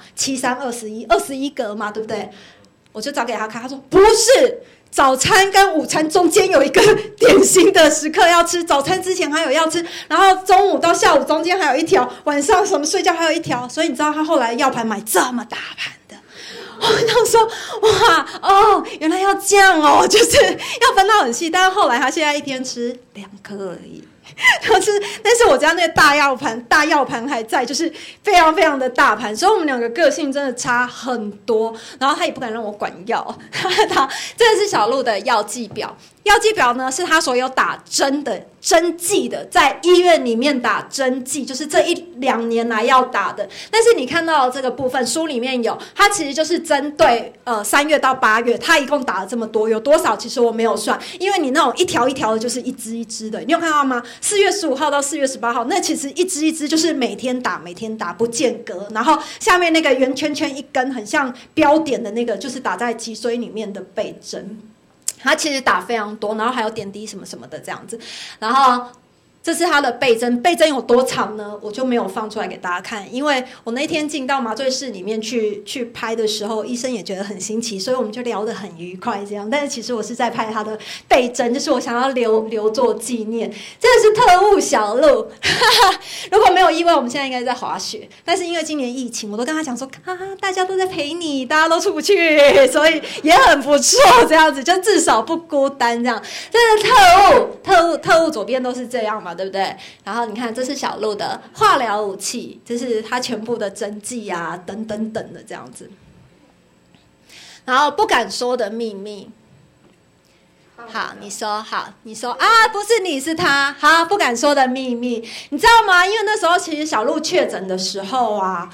，7、3、21格嘛，对不对？我就找给他看，他说不是。早餐跟午餐中间有一个点心的时刻要吃，早餐之前还有要吃，然后中午到下午中间还有一条，晚上什么睡觉还有一条，所以你知道他后来药盘买这么大盘的，我想说哇原来要这样就是要分到很细，但是后来他现在一天吃2颗而已。但是我家那个大药盘还在，就是非常非常的大盘，所以我们2个个性真的差很多。然后他也不敢让我管药，这个是小鹿的药剂表。药剂表呢是他所有打针的针剂的，在医院里面打针剂，就是这1-2年来要打的。但是你看到的这个部分，书里面有，它其实就是针对3月到8月，它一共打了这么多，有多少其实我没有算，因为你那种一条一条的，就是一支一支的，你有看到吗？4月15号到4月18号，那其实一支一支就是每天打不间隔，然后下面那个圆圈圈一根，很像标点的那个，就是打在脊髓里面的背针。它其实打非常多，然后还有点滴什么什么的这样子，然后这是他的背针，背针有多长呢？我就没有放出来给大家看，因为我那天进到麻醉室里面去拍的时候，医生也觉得很新奇，所以我们就聊得很愉快这样。但是其实我是在拍他的背针，就是我想要留作纪念。真的是特务小鹿，如果没有意外，我们现在应该在滑雪，但是因为今年疫情，我都跟他讲说，大家都在陪你，大家都出不去，所以也很不错，这样子就至少不孤单这样。这是特务左边都是这样嘛，对不对？然后你看，这是小鹿的化疗武器，这是他全部的针剂啊，等等等的这样子。然后不敢说的秘密。好，你说啊，不是你是他，好，不敢说的秘密，你知道吗？因为那时候其实小鹿确诊的时候啊，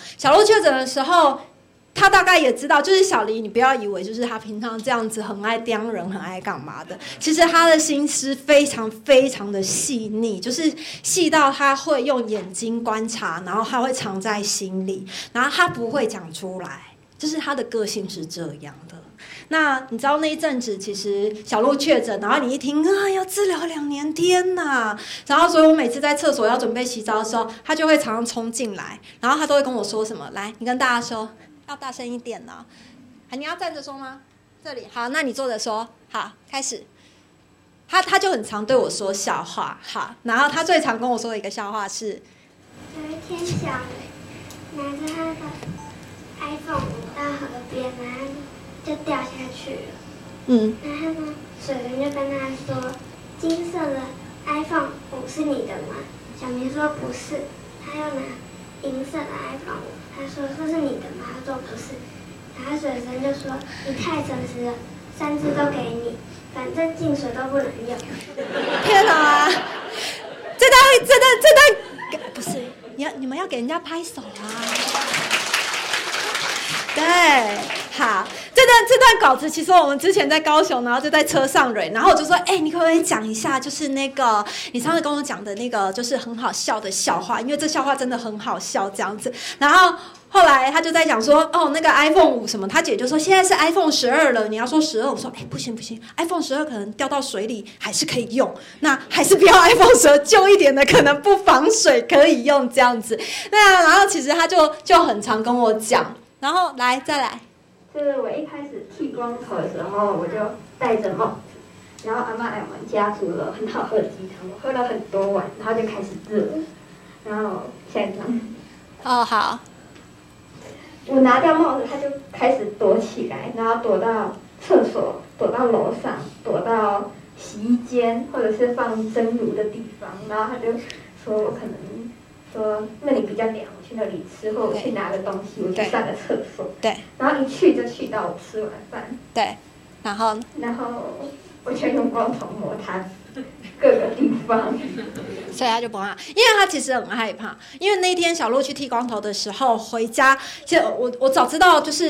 他大概也知道，就是小黎，你不要以为就是他平常这样子很爱刁人，很爱干嘛的。其实他的心思非常非常的细腻，就是细到他会用眼睛观察，然后他会藏在心里，然后他不会讲出来，就是他的个性是这样的。那你知道那一阵子，其实小鹿确诊，然后你一听啊，要治疗2年，天哪！然后所以我每次在厕所要准备洗澡的时候，他就会常常冲进来，然后他都会跟我说什么？来，你跟大家说。要大声一点呢、你要站着说吗？这里好，那你坐着说。好，开始。他就很常对我说笑话，好，然后他最常跟我说的一个笑话是： 有一天，小雷拿着他的 iPhone 到河边，然后就掉下去了。然后呢，水人就跟他说：“金色的 iPhone 5是你的吗？”小明说：“不是。”他又拿银色的 iPhone 5。他说：“这是你的吗？”他说：“不是。”然后水神就说：“你太诚实了，3只都给你，反正进水都不能用。” 天哪！这段不是你们要给人家拍手啊！对，好，这段稿子其实我们之前在高雄，然后就在车上蕊，然后我就说，你可不可以讲一下，就是那个你上次跟我讲的那个，就是很好笑的笑话，因为这笑话真的很好笑这样子。然后后来他就在讲说，那个 iPhone 5什么，他姐就说现在是 iPhone 12了，你要说12，我说不行，iPhone 12可能掉到水里还是可以用，那还是不要 iPhone 12，旧一点的可能不防水可以用这样子。那然后其实他就很常跟我讲。然后再来， 就是我一开始剃光头的时候，我就戴着帽子，然后阿嬷来我们家煮了很好喝的鸡汤，我喝了很多碗，然后就开始热，然后下一张。 好。 我拿掉帽子，他就开始躲起来，然后躲到厕所，躲到楼上，躲到洗衣间，或者是放蒸炉的地方，然后他就说我可能。说那里比较凉，我去那里吃，或我去拿个东西，我去上个厕所。 对。 然后一去就去到我吃完饭。 对。然后我就用光头摸他各个地方。 所以他就不怕，因为他其实很害怕。因为那天小鹿去剃光头的时候回家，其实我早知道就是，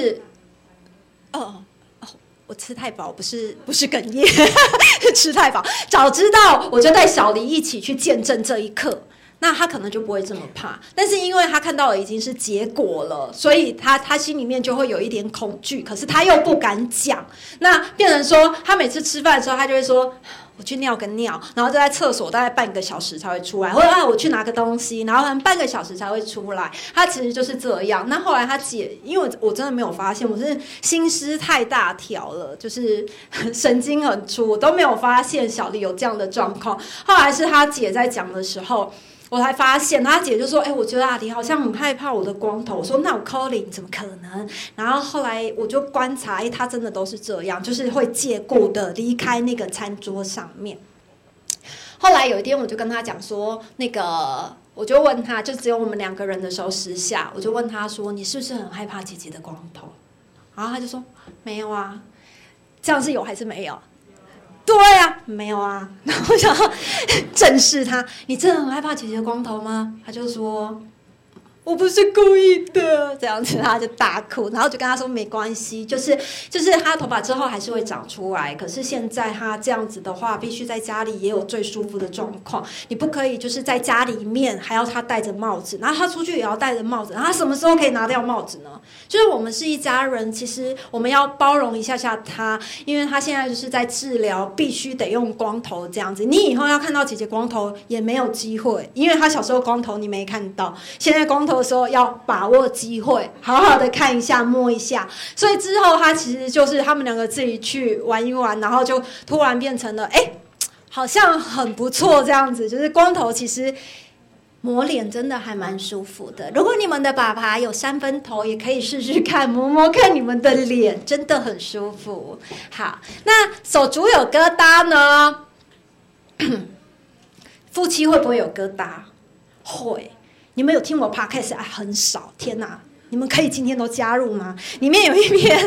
我吃太饱，不是哽咽，是吃太饱。早知道我就带小黎一起去见证这一刻。那他可能就不会这么怕，但是因为他看到的已经是结果了，所以他心里面就会有一点恐惧，可是他又不敢讲，那变成说他每次吃饭的时候，他就会说我去尿个尿，然后就在厕所大概半个小时才会出来，或者我去拿个东西，然后可能半个小时才会出来，他其实就是这样。那后来他姐，因为我真的没有发现，我是心思太大条了，就是神经很粗，我都没有发现小丽有这样的状况。后来是他姐在讲的时候。我才发现，他姐就说：“我觉得阿迪好像很害怕我的光头。”我说：“那我 calling 怎么可能？”然后后来我就观察，他真的都是这样，就是会借故的离开那个餐桌上面。后来有一天，我就跟他讲说：“我就问他，就只有我们2个人的时候私下，我就问他说：‘你是不是很害怕姐姐的光头？’然后他就说：‘没有啊。’这样是有还是没有？”对啊，没有啊。然后我想要正视他，你真的很害怕姐姐的光头吗？他就说， 我不是故意的，这样子他就大哭，然后就跟他说没关系，就是他头发之后还是会长出来，可是现在他这样子的话，必须在家里也有最舒服的状况，你不可以就是在家里面还要他戴着帽子，然后他出去也要戴着帽子，然后他什么时候可以拿掉帽子呢？就是我们是一家人，其实我们要包容一下他，因为他现在就是在治疗，必须得用光头这样子，你以后要看到姐姐光头也没有机会，因为他小时候光头你没看到，现在光头的时候要把握机会，好好的看一下摸一下，所以之后他其实就是他们两个自己去玩一玩，然后就突然变成了好像很不错这样子，就是光头其实抹脸真的还蛮舒服的，如果你们的爸爸有3分头也可以试试看，摸摸看你们的脸，真的很舒服。好，那手足有疙瘩呢？夫妻会不会有疙瘩？会。你们有听我 podcast 很少，天哪！你们可以今天都加入吗？里面有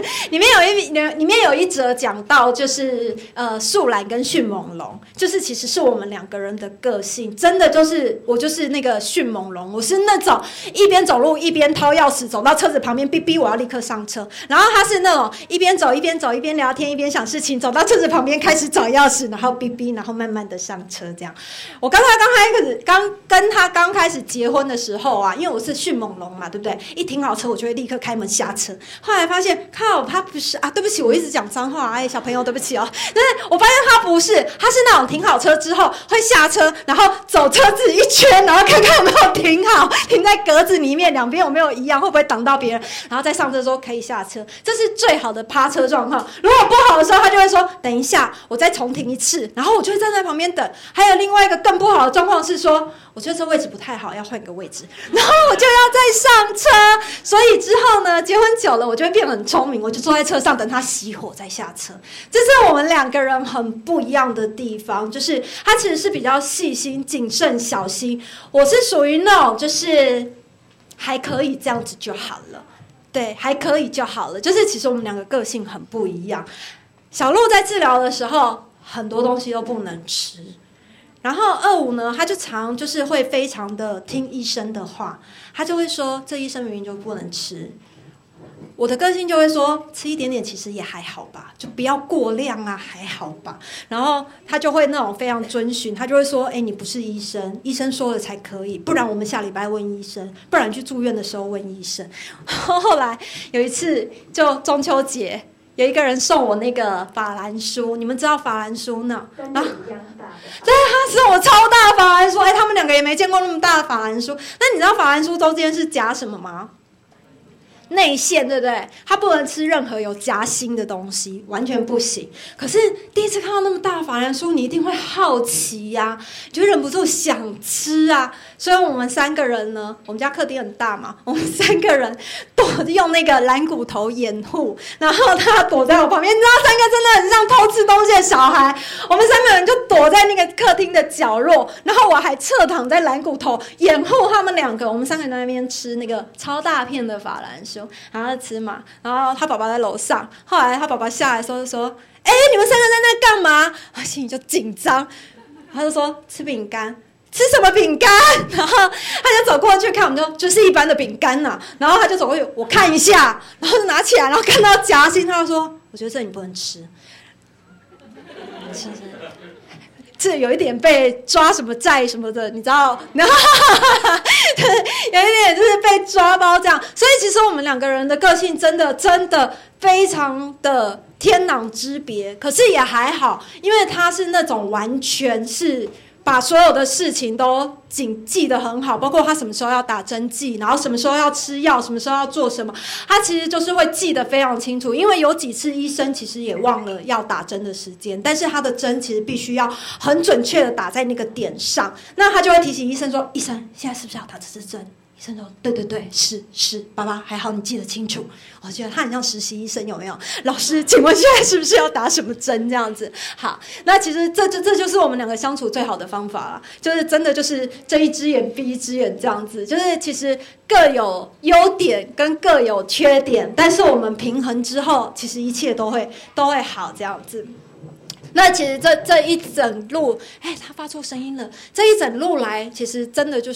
一则讲到，就是树懒跟迅猛龙，就是其实是我们2个人的个性，真的就是我就是那个迅猛龙，我是那种一边走路一边掏钥匙，走到车子旁边哔哔，我要立刻上车。然后他是那种一边走一边聊天一边想事情，走到车子旁边开始找钥匙，然后哔哔，然后慢慢的上车这样。我刚跟他刚开始结婚的时候啊，因为我是迅猛龙嘛，对不对？一停好车我就会立刻开门下车，后来发现靠他不是啊，对不起，我一直讲脏话，小朋友对不起哦。但是我发现他不是，他是那种停好车之后会下车，然后走车子一圈，然后看看有没有停好，停在格子里面，两边有没有一样，会不会挡到别人，然后再上车的时候可以下车，这是最好的趴车状况。如果不好的时候，他就会说等一下我再重停一次，然后我就会站在旁边等。还有另外一个更不好的状况是说，我觉得这位置不太好，要换个位置，然后我就要再上车。所以之后呢，结婚久了我就会变得很聪明，我就坐在车上等他熄火再下车。这是我们2个人很不一样的地方，就是他其实是比较细心、谨慎、小心，我是属于那种就是还可以这样子就好了，对，还可以就好了。就是其实我们2个个性很不一样。小鹿在治疗的时候，很多东西都不能吃。然后25呢，他就就是会非常的听医生的话，他就会说这医生明明就不能吃。我的个性就会说吃一点点其实也还好吧，就不要过量啊，还好吧。然后他就会那种非常遵循，他就会说你不是医生，医生说了才可以，不然我们下礼拜问医生，不然去住院的时候问医生。后来有一次就中秋节，有一个人送我那个法兰酥，你们知道法兰酥呢？ 跟你一样大的。 对，他送我超大的法兰酥，他们2个也没见过那么大的法兰酥。那你知道法兰酥中间是夹什么吗？内馅，对不对？他不能吃任何有夹心的东西，完全不行。可是第一次看到那么大的法兰酥，你一定会好奇呀，就忍不住想吃啊。所以我们3个人呢，我们家客厅很大嘛，我们3个人用那个蓝骨头掩护，然后他躲在我旁边。你知道3个真的很像偷吃东西的小孩，我们3个人就躲在那个客厅的角落，然后我还侧躺在蓝骨头掩护他们2个。我们3个人在那边吃那个超大片的法兰酥，然后吃嘛，然后他爸爸在楼上，后来他爸爸下来的时候就说你们3个在那干嘛？我心里就紧张，他就说吃饼干。吃什么饼干？然后他就走过去看，我们就是一般的饼干呐。然后他就走过去，我看一下，然后就拿起来，然后看到夹心，他就说：“我觉得这你不能吃。”这有一点被抓什么债什么的，你知道？然后有一点就是被抓包这样。所以其实我们2个人的个性真的非常的天壤之别，可是也还好，因为他是那种完全是把所有的事情都记得很好，包括他什么时候要打针剂，然后什么时候要吃药，什么时候要做什么，他其实就是会记得非常清楚。因为有几次医生其实也忘了要打针的时间，但是他的针其实必须要很准确的打在那个点上，那他就会提醒医生说：“医生，现在是不是要打这支针？”医生说：“对，是，爸爸还好你记得清楚。”我觉得他很像实习医生，有没有？老师，请问现在是不是要打什么针这样子？好，那其实这就是我们2个相处最好的方法啦，就是真的就是睁一只眼闭一只眼这样子，就是其实各有优点跟各有缺点，但是我们平衡之后，其实一切都会好这样子。那其实这一整路，他发出声音了。这一整路来，其实真的就是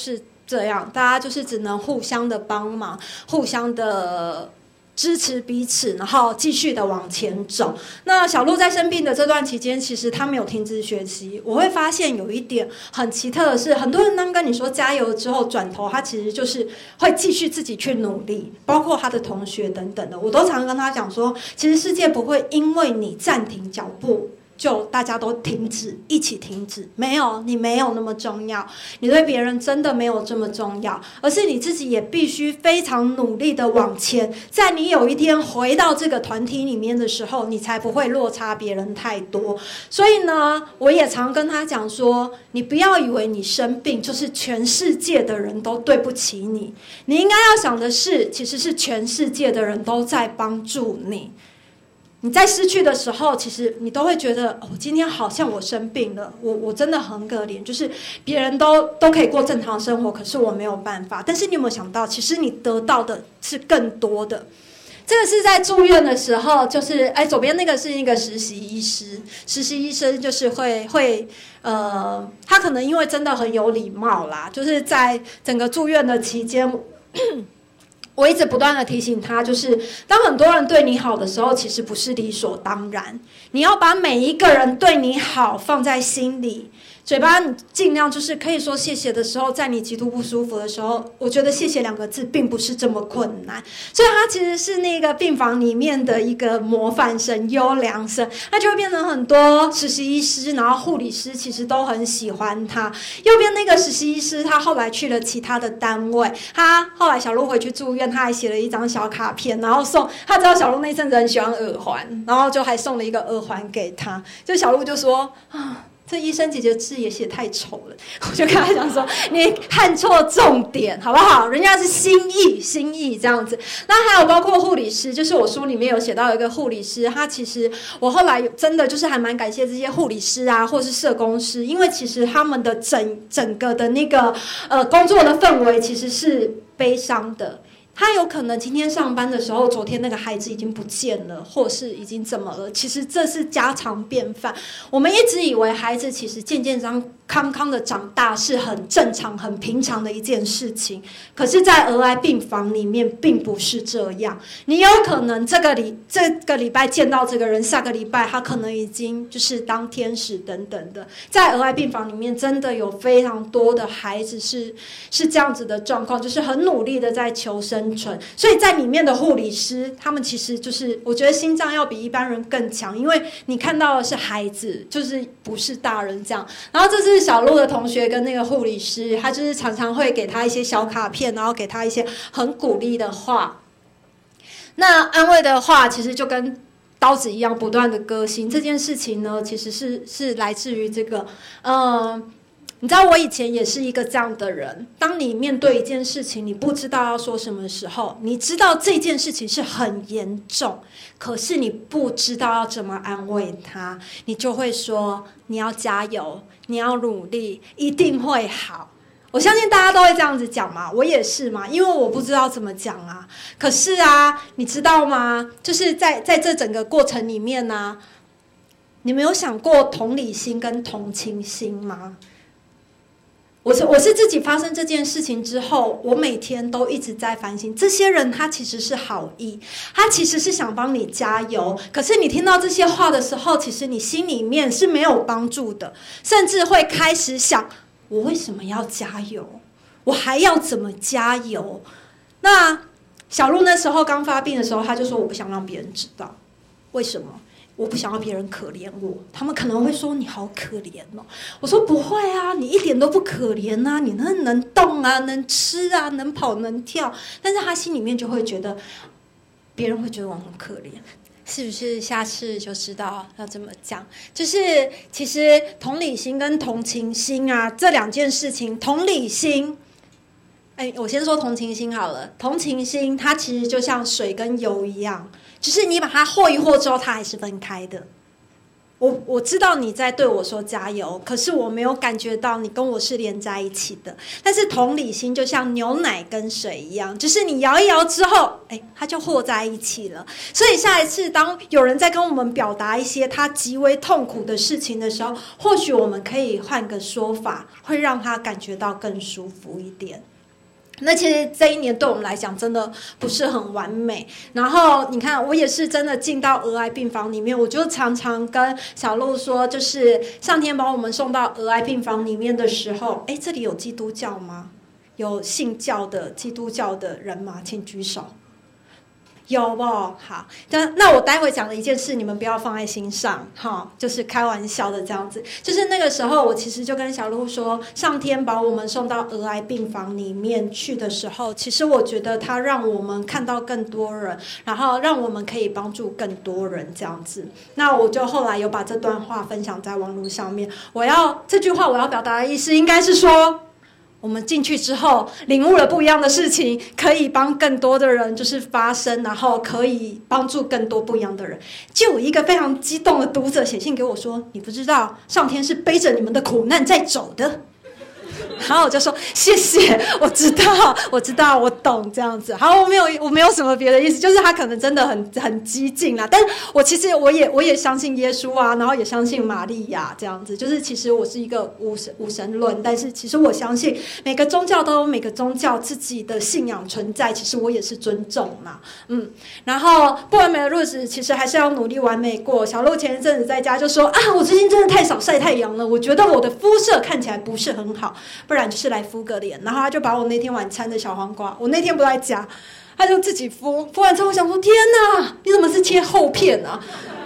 这样，大家就是只能互相的帮忙，互相的支持彼此，然后继续的往前走。那小鹿在生病的这段期间，其实他没有停止学习。我会发现有一点很奇特的是，很多人当跟你说加油之后，转头他其实就是会继续自己去努力，包括他的同学等等的。我都常跟他讲说，其实世界不会因为你暂停脚步就大家都停止，一起停止。没有，你没有那么重要，你对别人真的没有这么重要，而是你自己也必须非常努力的往前。在你有一天回到这个团体里面的时候，你才不会落差别人太多。所以呢，我也常跟他讲说，你不要以为你生病就是全世界的人都对不起你，你应该要想的是，其实是全世界的人都在帮助你。你在失去的时候，其实你都会觉得，今天好像我生病了，我真的很可怜，就是别人都可以过正常生活，可是我没有办法。但是你有没有想到，其实你得到的是更多的。这个是在住院的时候，就是左边那个是一个实习医师，实习医生就是会他可能因为真的很有礼貌啦，就是在整个住院的期间。我一直不断的提醒他，就是当很多人对你好的时候，其实不是理所当然，你要把每一个人对你好放在心里，嘴巴你尽量就是可以说谢谢的时候，在你极度不舒服的时候，我觉得谢谢2个字并不是这么困难。所以他其实是那个病房里面的一个模范生、优良生，他就会变成很多实习医师，然后护理师其实都很喜欢他。右边那个实习医师，他后来去了其他的单位，他后来小鹿回去住院，他还写了一张小卡片，然后送他知道小鹿那阵子很喜欢耳环，然后就还送了一个耳环给他。就小鹿就说这医生姐姐字也写太丑了，我就跟他讲说，你看错重点好不好？人家是心意这样子。那还有包括护理师，就是我书里面有写到一个护理师，他其实我后来真的就是还蛮感谢这些护理师啊，或是社工师，因为其实他们的整个的那个工作的氛围其实是悲伤的。他有可能今天上班的时候，昨天那个孩子已经不见了，或是已经怎么了？其实这是家常便饭。我们一直以为孩子其实健健康康的长大是很正常、很平常的一件事情，可是，在儿癌病房里面并不是这样。你有可能这个礼拜见到这个人，下个礼拜他可能已经就是当天使等等的。在儿癌病房里面，真的有非常多的孩子是这样子的状况，就是很努力的在求生。所以在里面的护理师，他们其实就是我觉得心脏要比一般人更强，因为你看到的是孩子，就是不是大人这样。然后这是小鹿的同学跟那个护理师，他就是常常会给他一些小卡片，然后给他一些很鼓励的话。那安慰的话其实就跟刀子一样不断的更新。这件事情呢，其实是来自于这个你知道我以前也是一个这样的人，当你面对一件事情你不知道要说什么的时候，你知道这件事情是很严重，可是你不知道要怎么安慰他，你就会说你要加油，你要努力，一定会好。我相信大家都会这样子讲嘛，我也是嘛，因为我不知道怎么讲啊。可是啊，你知道吗，就是在这整个过程里面啊，你们有想过同理心跟同情心吗？我是自己发生这件事情之后，我每天都一直在反省，这些人他其实是好意，他其实是想帮你加油，可是你听到这些话的时候，其实你心里面是没有帮助的，甚至会开始想，我为什么要加油？我还要怎么加油？那小鹿那时候刚发病的时候，他就说我不想让别人知道，为什么？我不想要别人可怜我，他们可能会说你好可怜哦。我说不会啊，你一点都不可怜啊，你能动啊，能吃啊，能跑能跳。但是他心里面就会觉得，别人会觉得我很可怜，是不是？下次就知道要怎么讲。就是其实同理心跟同情心啊，这两件事情，同理心。我先说同情心好了。同情心它其实就像水跟油一样，就是你把它和一和之后，它还是分开的。我知道你在对我说加油，可是我没有感觉到你跟我是连在一起的。但是同理心就像牛奶跟水一样，就是你摇一摇之后，它就和在一起了。所以下一次当有人在跟我们表达一些他极为痛苦的事情的时候，或许我们可以换个说法，会让他感觉到更舒服一点。 那其实这一年对我们来讲真的不是很完美。然后你看，我也是真的进到儿癌病房里面，我就常常跟小鹿说，就是上天把我们送到儿癌病房里面的时候，这里有基督教吗？有信教的基督教的人吗？请举手。有不好，那我待会讲的一件事，你们不要放在心上，就是开玩笑的这样子。就是那个时候，我其实就跟小鹿说，上天把我们送到儿癌病房里面去的时候，其实我觉得他让我们看到更多人，然后让我们可以帮助更多人这样子。那我就后来有把这段话分享在网络上面。这句话我要表达的意思，应该是说，我们进去之后领悟了不一样的事情，可以帮更多的人就是发声，然后可以帮助更多不一样的人。就有一个非常激动的读者写信给我说，你不知道上天是背着你们的苦难在走的。然后我就说谢谢，我知道，我懂这样子。好，我没有什么别的意思，就是他可能真的很激进啦。但是其实我也相信耶稣啊，然后也相信玛利亚这样子。就是其实我是一个无神论，但是其实我相信每个宗教都有每个宗教自己的信仰存在，其实我也是尊重啦。然后不完美的日子其实还是要努力完美过。小鹿前一阵子在家就说我最近真的太少晒太阳了，我觉得我的肤色看起来不是很好，不然就是来敷个脸。然后他就把我那天晚餐的小黄瓜，我那天不在家，他就自己敷完之后，我想说天哪，你怎么是切厚片啊？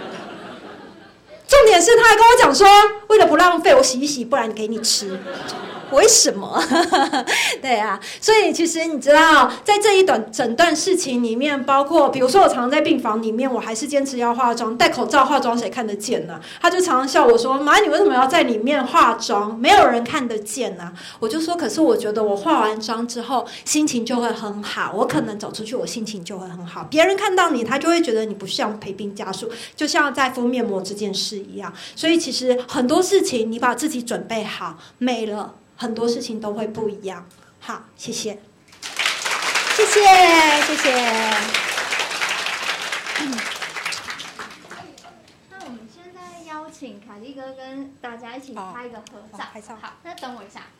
重点是他还跟我讲说，为了不浪费，我洗一洗，不然给你吃。为什么？对啊，所以其实你知道，在这整段事情里面，包括比如说我常常在病房里面，我还是坚持要化妆，戴口罩化妆谁看得见呢？他就常常笑我说：“妈，你为什么要在里面化妆？没有人看得见啊。”我就说：“可是我觉得我化完妆之后心情就会很好，我可能走出去我心情就会很好，别人看到你他就会觉得你不像陪病家属，就像在敷面膜这件事一样。所以其实很多事情你把自己准备好，美了。”很多事情都会不一样。好，谢谢。那我们现在邀请凯莉哥跟大家一起拍一个合照。好，那等我一下。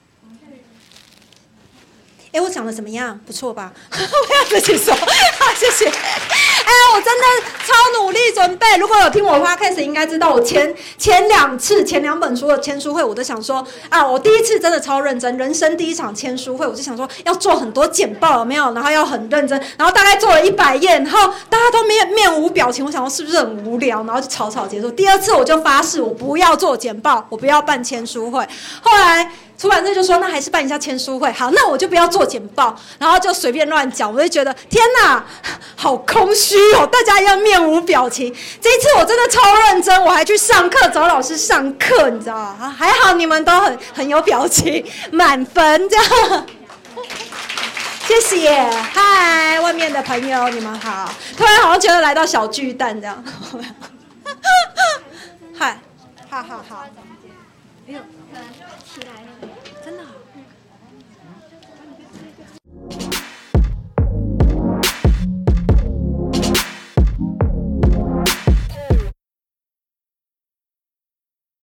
我讲的怎么样？不错吧？我要自己说，好，谢谢。我真的超努力准备。如果有听我 podcast 应该知道，我前两本书的签书会，我都想说我第一次真的超认真，人生第一场签书会，我就想说要做很多简报，有没有？然后要很认真，然后大概做了100页，然后大家都面无表情，我想说是不是很无聊，然后就草草结束。第二次我就发誓，我不要做简报，我不要办签书会。后来出版社就说那还是办一下签书会，好，那我就不要做简报，然后就随便乱讲。我就觉得天哪，好空虚哦，大家要面无表情。这一次我真的超认真，我还去上课找老师上课，你知道吗？还好你们都很有表情，满分这样。谢谢，嗨，外面的朋友你们好。突然好像觉得来到小巨蛋这样。嗨，好。哎呦，可能就会起来了。真